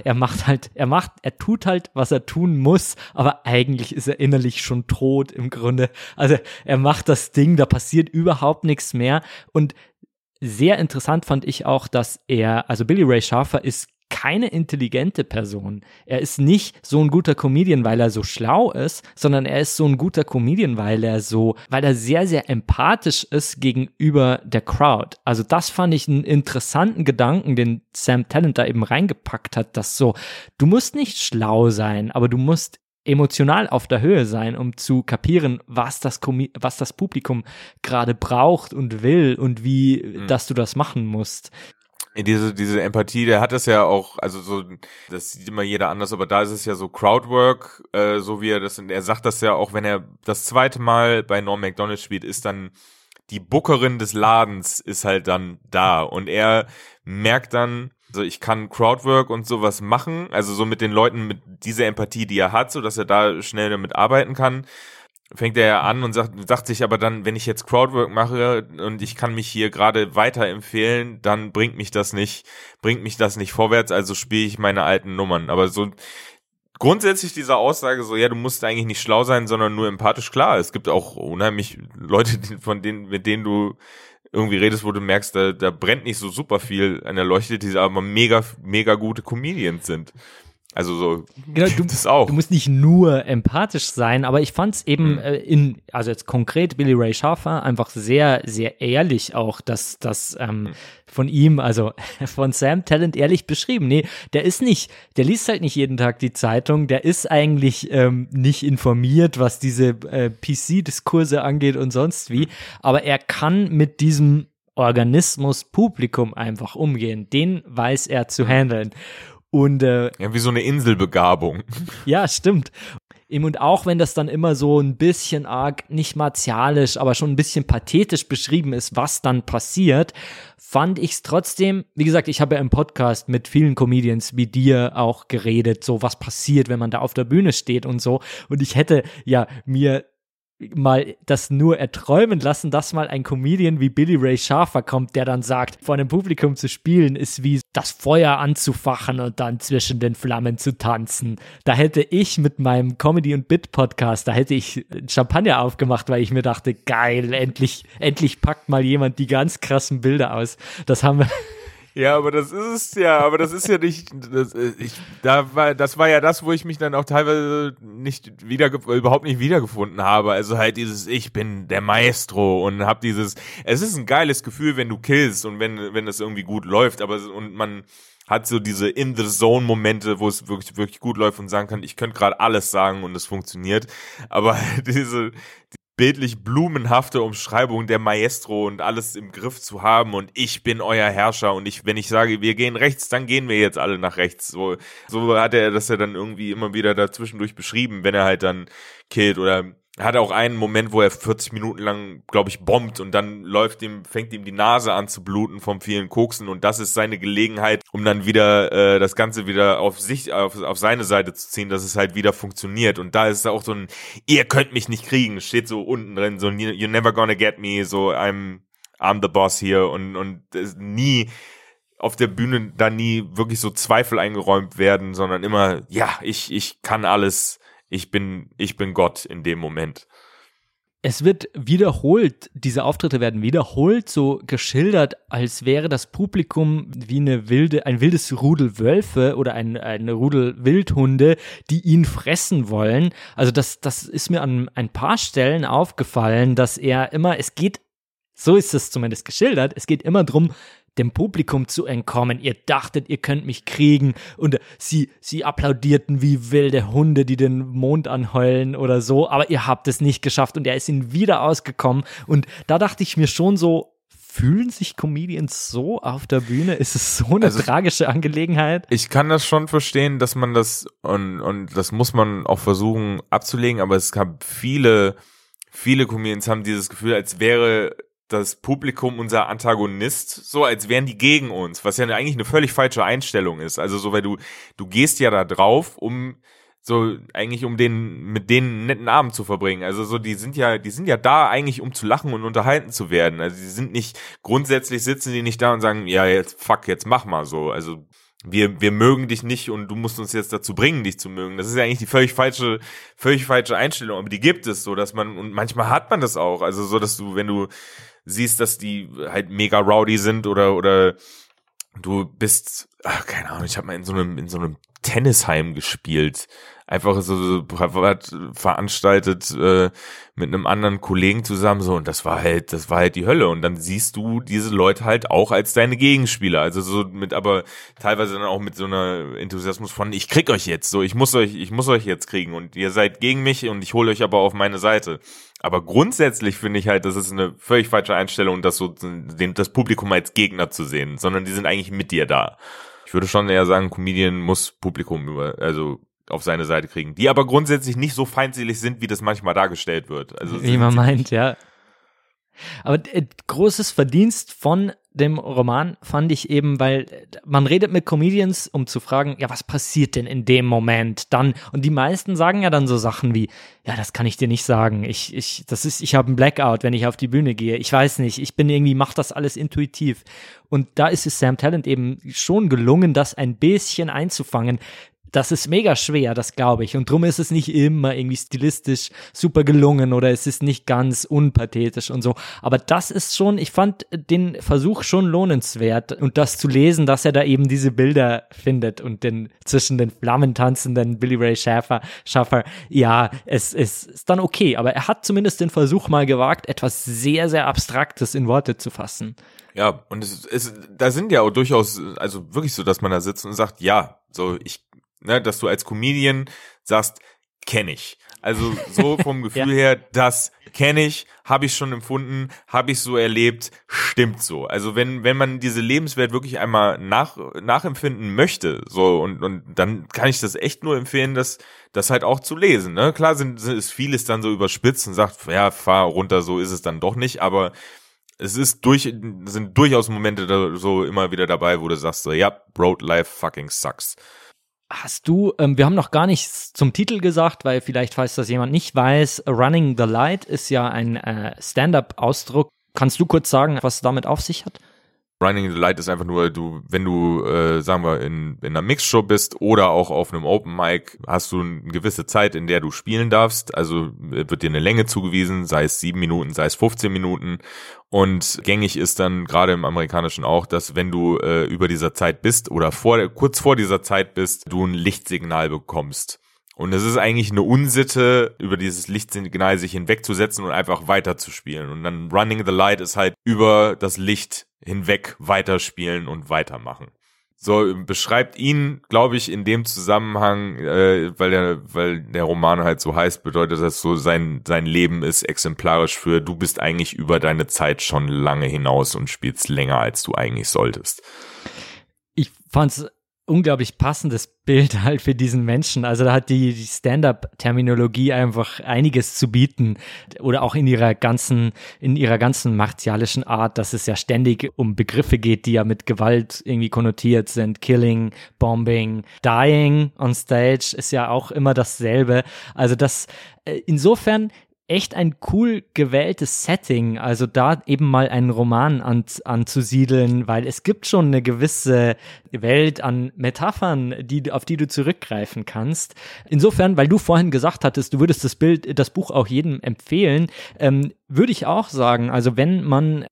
tut halt, was er tun muss, aber eigentlich ist er innerlich schon tot im Grunde. Also er macht das Ding, da passiert überhaupt nichts mehr und sehr interessant fand ich auch, dass Billy Ray Schaeffer ist keine intelligente Person. Er ist nicht so ein guter Comedian, weil er so schlau ist, sondern er ist so ein guter Comedian, weil er sehr, sehr empathisch ist gegenüber der Crowd. Also das fand ich einen interessanten Gedanken, den Sam Tallent da eben reingepackt hat, dass so, du musst nicht schlau sein, aber du musst emotional auf der Höhe sein, um zu kapieren, was das Publikum gerade braucht und will und wie, dass du das machen musst. Diese Empathie, der hat das ja auch, also so, das sieht immer jeder anders, aber da ist es ja so Crowdwork, so wie er sagt das ja auch, wenn er das zweite Mal bei Norm Macdonald spielt, ist dann die Bookerin des Ladens ist halt dann da und er merkt dann, also ich kann Crowdwork und sowas machen, also so mit den Leuten, mit dieser Empathie, die er hat, so dass er da schnell damit arbeiten kann. Fängt er ja an und sagt sich aber dann, wenn ich jetzt Crowdwork mache und ich kann mich hier gerade weiterempfehlen, dann bringt mich das nicht vorwärts, also spiele ich meine alten Nummern. Aber so grundsätzlich diese Aussage so, ja, du musst eigentlich nicht schlau sein, sondern nur empathisch, klar. Es gibt auch unheimlich Leute, mit denen du irgendwie redest, wo du merkst, da brennt nicht so super viel an der Leuchte, die aber mega, mega gute Comedians sind. Also so, genau, das auch. Du musst nicht nur empathisch sein, aber ich fand es eben also jetzt konkret Billy Ray Schaeffer einfach sehr, sehr ehrlich auch, dass von ihm, also von Sam Tallent ehrlich beschrieben. Nee, der liest halt nicht jeden Tag die Zeitung, der ist eigentlich nicht informiert, was diese PC-Diskurse angeht und sonst wie, aber er kann mit diesem Organismus Publikum einfach umgehen. Den weiß er zu handeln. Und ja, wie so eine Inselbegabung. Ja, stimmt. Und auch wenn das dann immer so ein bisschen arg, nicht martialisch, aber schon ein bisschen pathetisch beschrieben ist, was dann passiert, fand ich es trotzdem, wie gesagt, ich habe ja im Podcast mit vielen Comedians wie dir auch geredet, so was passiert, wenn man da auf der Bühne steht und so. Und ich hätte ja mir mal das nur erträumen lassen, dass mal ein Comedian wie Billy Ray Schaeffer kommt, der dann sagt, vor einem Publikum zu spielen ist wie das Feuer anzufachen und dann zwischen den Flammen zu tanzen. Da hätte ich mit meinem Comedy- und Bit-Podcast, da hätte ich Champagner aufgemacht, weil ich mir dachte, geil, endlich packt mal jemand die ganz krassen Bilder aus. Das haben wir Ja, aber das ist es ja, aber das ist ja nicht, das war ja das, wo ich mich dann auch teilweise überhaupt nicht wiedergefunden habe. Also halt dieses, ich bin der Maestro und hab dieses, es ist ein geiles Gefühl, wenn du killst und wenn das irgendwie gut läuft, und man hat so diese In-the-Zone-Momente, wo es wirklich, wirklich gut läuft und sagen kann, ich könnte gerade alles sagen und es funktioniert. Aber diese bildlich blumenhafte Umschreibung der Maestro und alles im Griff zu haben und ich bin euer Herrscher und wenn ich sage, wir gehen rechts, dann gehen wir jetzt alle nach rechts. So hat er das ja dann irgendwie immer wieder dazwischendurch beschrieben, wenn er halt dann killt, oder er hat auch einen Moment, wo er 40 Minuten lang, glaube ich, bombt und dann fängt ihm die Nase an zu bluten vom vielen Koksen und das ist seine Gelegenheit, um dann wieder das Ganze wieder auf seine Seite zu ziehen, dass es halt wieder funktioniert. Und da ist auch so ein, ihr könnt mich nicht kriegen, steht so unten drin, so you're never gonna get me, so I'm the boss hier und nie auf der Bühne da nie wirklich so Zweifel eingeräumt werden, sondern immer, ja, ich kann alles. Ich bin Gott in dem Moment. Es wird wiederholt, diese Auftritte werden wiederholt so geschildert, als wäre das Publikum wie ein wildes Rudel Wölfe oder eine Rudel Wildhunde, die ihn fressen wollen. Also das ist mir an ein paar Stellen aufgefallen, dass so ist es zumindest geschildert, es geht immer drum, dem Publikum zu entkommen. Ihr dachtet, ihr könnt mich kriegen und sie applaudierten wie wilde Hunde, die den Mond anheulen oder so, aber ihr habt es nicht geschafft und er ist ihnen wieder ausgekommen und da dachte ich mir schon so, fühlen sich Comedians so auf der Bühne? Ist es so eine tragische Angelegenheit? Ich kann das schon verstehen, dass man das und das muss man auch versuchen abzulegen, aber es gab viele Comedians haben dieses Gefühl, als wäre das Publikum unser Antagonist, so als wären die gegen uns, was ja eigentlich eine völlig falsche Einstellung ist. Also so, weil du gehst ja da drauf, um mit denen einen netten Abend zu verbringen. Also so, die sind ja da eigentlich, um zu lachen und unterhalten zu werden. Also die sind nicht, grundsätzlich sitzen die nicht da und sagen, ja, jetzt mach mal so. Also wir mögen dich nicht und du musst uns jetzt dazu bringen, dich zu mögen. Das ist ja eigentlich die völlig falsche Einstellung, aber die gibt es so, und manchmal hat man das auch. Also so, dass wenn du siehst, dass die halt mega rowdy sind oder du bist, keine Ahnung, ich habe mal in so einem Tennisheim gespielt, einfach so privat veranstaltet mit einem anderen Kollegen zusammen, so, und das war halt die Hölle, und dann siehst du diese Leute halt auch als deine Gegenspieler, also so aber teilweise dann auch mit so einer Enthusiasmus von, ich krieg euch jetzt, so, ich muss euch jetzt kriegen und ihr seid gegen mich und ich hole euch aber auf meine Seite. Aber grundsätzlich finde ich halt, das ist eine völlig falsche Einstellung, das Publikum als Gegner zu sehen, sondern die sind eigentlich mit dir da. Ich würde schon eher sagen, Comedian muss Publikum auf seine Seite kriegen, die aber grundsätzlich nicht so feindselig sind, wie das manchmal dargestellt wird. Also wie man meint, ja. Aber großes Verdienst von dem Roman fand ich eben, weil man redet mit Comedians, um zu fragen, ja, was passiert denn in dem Moment dann? Und die meisten sagen ja dann so Sachen wie, ja, das kann ich dir nicht sagen. Ich habe einen Blackout, wenn ich auf die Bühne gehe. Ich weiß nicht, mach das alles intuitiv. Und da ist es Sam Tallent eben schon gelungen, das ein bisschen einzufangen. Das ist mega schwer, das glaube ich. Und drum ist es nicht immer irgendwie stilistisch super gelungen oder es ist nicht ganz unpathetisch und so. Aber das ist schon, ich fand den Versuch schon lohnenswert. Und das zu lesen, dass er da eben diese Bilder findet und zwischen den Flammen tanzenden Billy Ray Schaffer, ja, es ist dann okay. Aber er hat zumindest den Versuch mal gewagt, etwas sehr, sehr Abstraktes in Worte zu fassen. Ja, und da sind ja auch durchaus, also wirklich so, dass man da sitzt und sagt, ja, so dass du als Comedian sagst, kenne ich. Also so vom Gefühl her, das kenne ich, habe ich schon empfunden, habe ich so erlebt, stimmt so. Also wenn man diese Lebenswelt wirklich einmal nachempfinden möchte, so und dann kann ich das echt nur empfehlen, das halt auch zu lesen. Ne? Klar ist vieles dann so überspitzt und sagt, ja, fahr runter, so ist es dann doch nicht, aber sind durchaus Momente da so immer wieder dabei, wo du sagst so, ja, Road Life fucking sucks. Hast du, wir haben noch gar nichts zum Titel gesagt, weil vielleicht, falls das jemand nicht weiß, Running the Light ist ja ein Stand-up-Ausdruck. Kannst du kurz sagen, was es damit auf sich hat? Running the Light ist einfach nur, wenn du, sagen wir, in einer Mixshow bist oder auch auf einem Open Mic, hast du eine gewisse Zeit, in der du spielen darfst. Also wird dir eine Länge zugewiesen, sei es 7 Minuten, sei es 15 Minuten. Und gängig ist dann gerade im Amerikanischen auch, dass wenn du über dieser Zeit bist oder kurz vor dieser Zeit bist, du ein Lichtsignal bekommst. Und es ist eigentlich eine Unsitte, über dieses Lichtsignal sich hinwegzusetzen und einfach weiterzuspielen. Und dann Running the Light ist halt über das Licht hinweg weiterspielen und weitermachen. So beschreibt ihn, glaube ich, in dem Zusammenhang, weil der Roman halt so heißt, bedeutet das so, sein Leben ist exemplarisch für, du bist eigentlich über deine Zeit schon lange hinaus und spielst länger, als du eigentlich solltest. Ich fand's unglaublich passendes Bild halt für diesen Menschen. Also da hat die Stand-up-Terminologie einfach einiges zu bieten. Oder auch in ihrer ganzen martialischen Art, dass es ja ständig um Begriffe geht, die ja mit Gewalt irgendwie konnotiert sind. Killing, Bombing, Dying on Stage ist ja auch immer dasselbe. Also das insofern echt ein cool gewähltes Setting, also da eben mal einen Roman anzusiedeln, weil es gibt schon eine gewisse Welt an Metaphern, auf die du zurückgreifen kannst. Insofern, weil du vorhin gesagt hattest, du würdest das Buch auch jedem empfehlen, würde ich auch sagen, also wenn man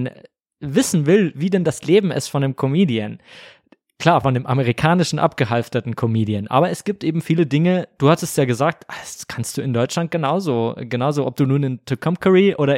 wissen will, wie denn das Leben ist von einem Comedian, klar, von dem amerikanischen abgehalfterten Comedian. Aber es gibt eben viele Dinge, du hattest ja gesagt, das kannst du in Deutschland genauso, ob du nun in Tucumcari oder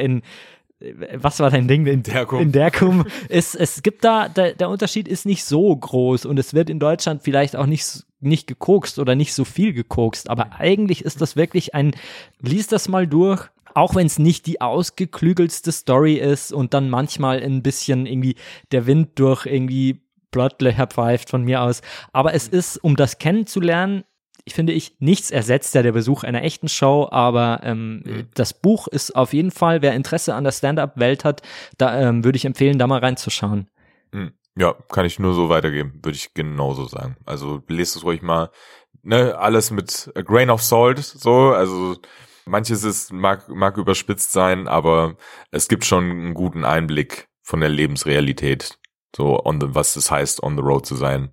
was war dein Ding? In Derkum. Es gibt der Unterschied ist nicht so groß und es wird in Deutschland vielleicht auch nicht gekokst oder nicht so viel gekokst. Aber eigentlich ist das wirklich lies das mal durch. Auch wenn es nicht die ausgeklügelste Story ist und dann manchmal ein bisschen irgendwie der Wind durch irgendwie Bloodlöcher pfeift von mir aus. Aber es ist, um das kennenzulernen, nichts ersetzt ja der Besuch einer echten Show, aber das Buch ist auf jeden Fall, wer Interesse an der Stand-up-Welt hat, da würde ich empfehlen, da mal reinzuschauen. Ja, kann ich nur so weitergeben, würde ich genauso sagen. Also lest es ruhig mal, ne, alles mit a grain of salt, so, also manches mag überspitzt sein, aber es gibt schon einen guten Einblick von der Lebensrealität. So, was es heißt, on the road zu sein.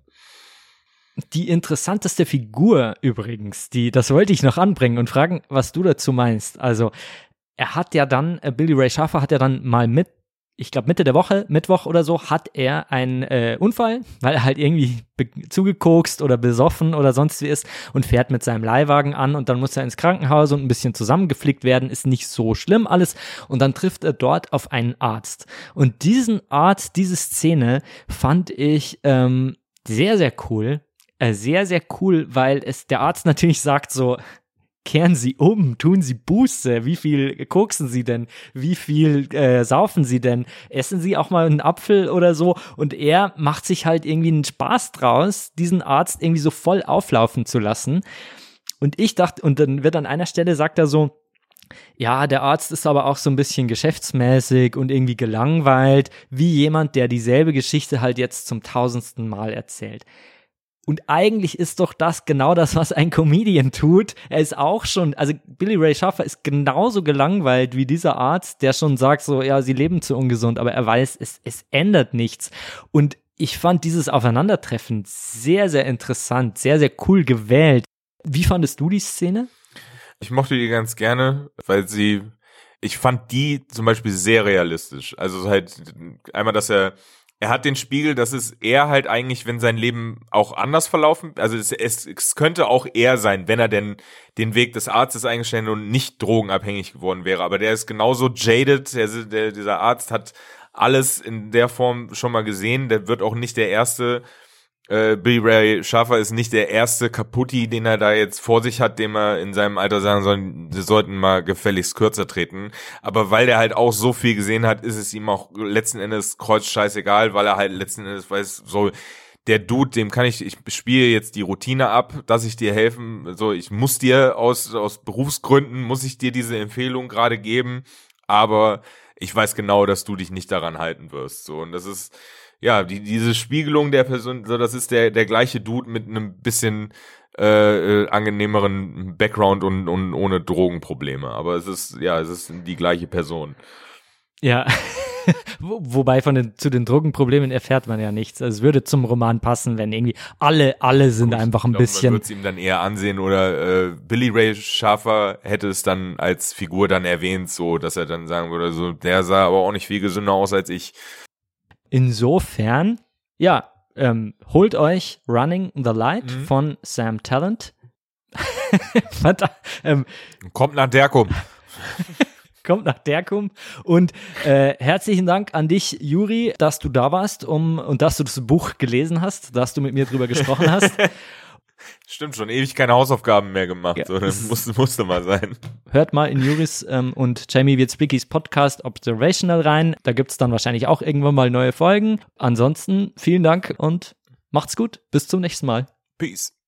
Die interessanteste Figur übrigens, das wollte ich noch anbringen und fragen, was du dazu meinst. Also, Billy Ray Schaffer hat ja dann mal ich glaube Mitte der Woche, Mittwoch oder so, hat er einen Unfall, weil er halt irgendwie zugekokst oder besoffen oder sonst wie ist und fährt mit seinem Leihwagen an und dann muss er ins Krankenhaus und ein bisschen zusammengeflickt werden, ist nicht so schlimm alles und dann trifft er dort auf einen Arzt. Und diese Szene fand ich sehr, sehr cool. Sehr, sehr cool, weil der Arzt natürlich sagt so, kehren Sie um, tun Sie Buße, wie viel koksen Sie denn, wie viel saufen Sie denn, essen Sie auch mal einen Apfel oder so und er macht sich halt irgendwie einen Spaß draus, diesen Arzt irgendwie so voll auflaufen zu lassen und ich dachte, und dann wird an einer Stelle sagt er so, ja, der Arzt ist aber auch so ein bisschen geschäftsmäßig und irgendwie gelangweilt, wie jemand, der dieselbe Geschichte halt jetzt zum 1000. Mal erzählt. Und eigentlich ist doch das genau das, was ein Comedian tut. Er ist auch schon, also Billy Ray Schaffer ist genauso gelangweilt wie dieser Arzt, der schon sagt so, ja, sie leben zu ungesund, aber er weiß, es ändert nichts. Und ich fand dieses Aufeinandertreffen sehr, sehr interessant, sehr, sehr cool gewählt. Wie fandest du die Szene? Ich mochte die ganz gerne, weil ich fand die zum Beispiel sehr realistisch. Also halt einmal, dass er hat den Spiegel, das ist er halt eigentlich, wenn sein Leben auch anders verlaufen, also es könnte auch er sein, wenn er denn den Weg des Arztes eingeschlagen und nicht drogenabhängig geworden wäre, aber der ist genauso jaded, dieser Arzt hat alles in der Form schon mal gesehen, der wird auch nicht der erste, Billy Ray Schaffer ist nicht der erste Kaputti, den er da jetzt vor sich hat, dem er in seinem Alter sagen soll, sie sollten mal gefälligst kürzer treten. Aber weil der halt auch so viel gesehen hat, ist es ihm auch letzten Endes kreuzscheißegal, weil er halt letzten Endes weiß, so, der Dude, ich spiele jetzt die Routine ab, dass ich dir helfen, so, ich muss dir aus Berufsgründen, muss ich dir diese Empfehlung gerade geben, aber ich weiß genau, dass du dich nicht daran halten wirst, so, und das ist, ja, diese Spiegelung der Person, so, das ist der gleiche Dude mit einem bisschen angenehmeren Background und ohne Drogenprobleme. Aber es ist die gleiche Person. Ja, wobei zu den Drogenproblemen erfährt man ja nichts. Also es würde zum Roman passen, wenn irgendwie alle sind einfach ein bisschen. Man würde es ihm dann eher ansehen oder Billy Ray Schafer hätte es dann als Figur dann erwähnt, so dass er dann sagen würde, so der sah aber auch nicht viel gesünder aus als ich. Insofern, ja, holt euch Running the Light von Sam Tallent. Kommt nach Derkum. Kommt nach Derkum. Und herzlichen Dank an dich, Juri, dass du da warst und dass du das Buch gelesen hast, dass du mit mir drüber gesprochen hast. Stimmt schon, ewig keine Hausaufgaben mehr gemacht. Ja, so, das musste mal sein. Hört mal in Juris und Jamie Wierzbicki's Podcast Observational rein. Da gibt's dann wahrscheinlich auch irgendwann mal neue Folgen. Ansonsten vielen Dank und macht's gut. Bis zum nächsten Mal. Peace.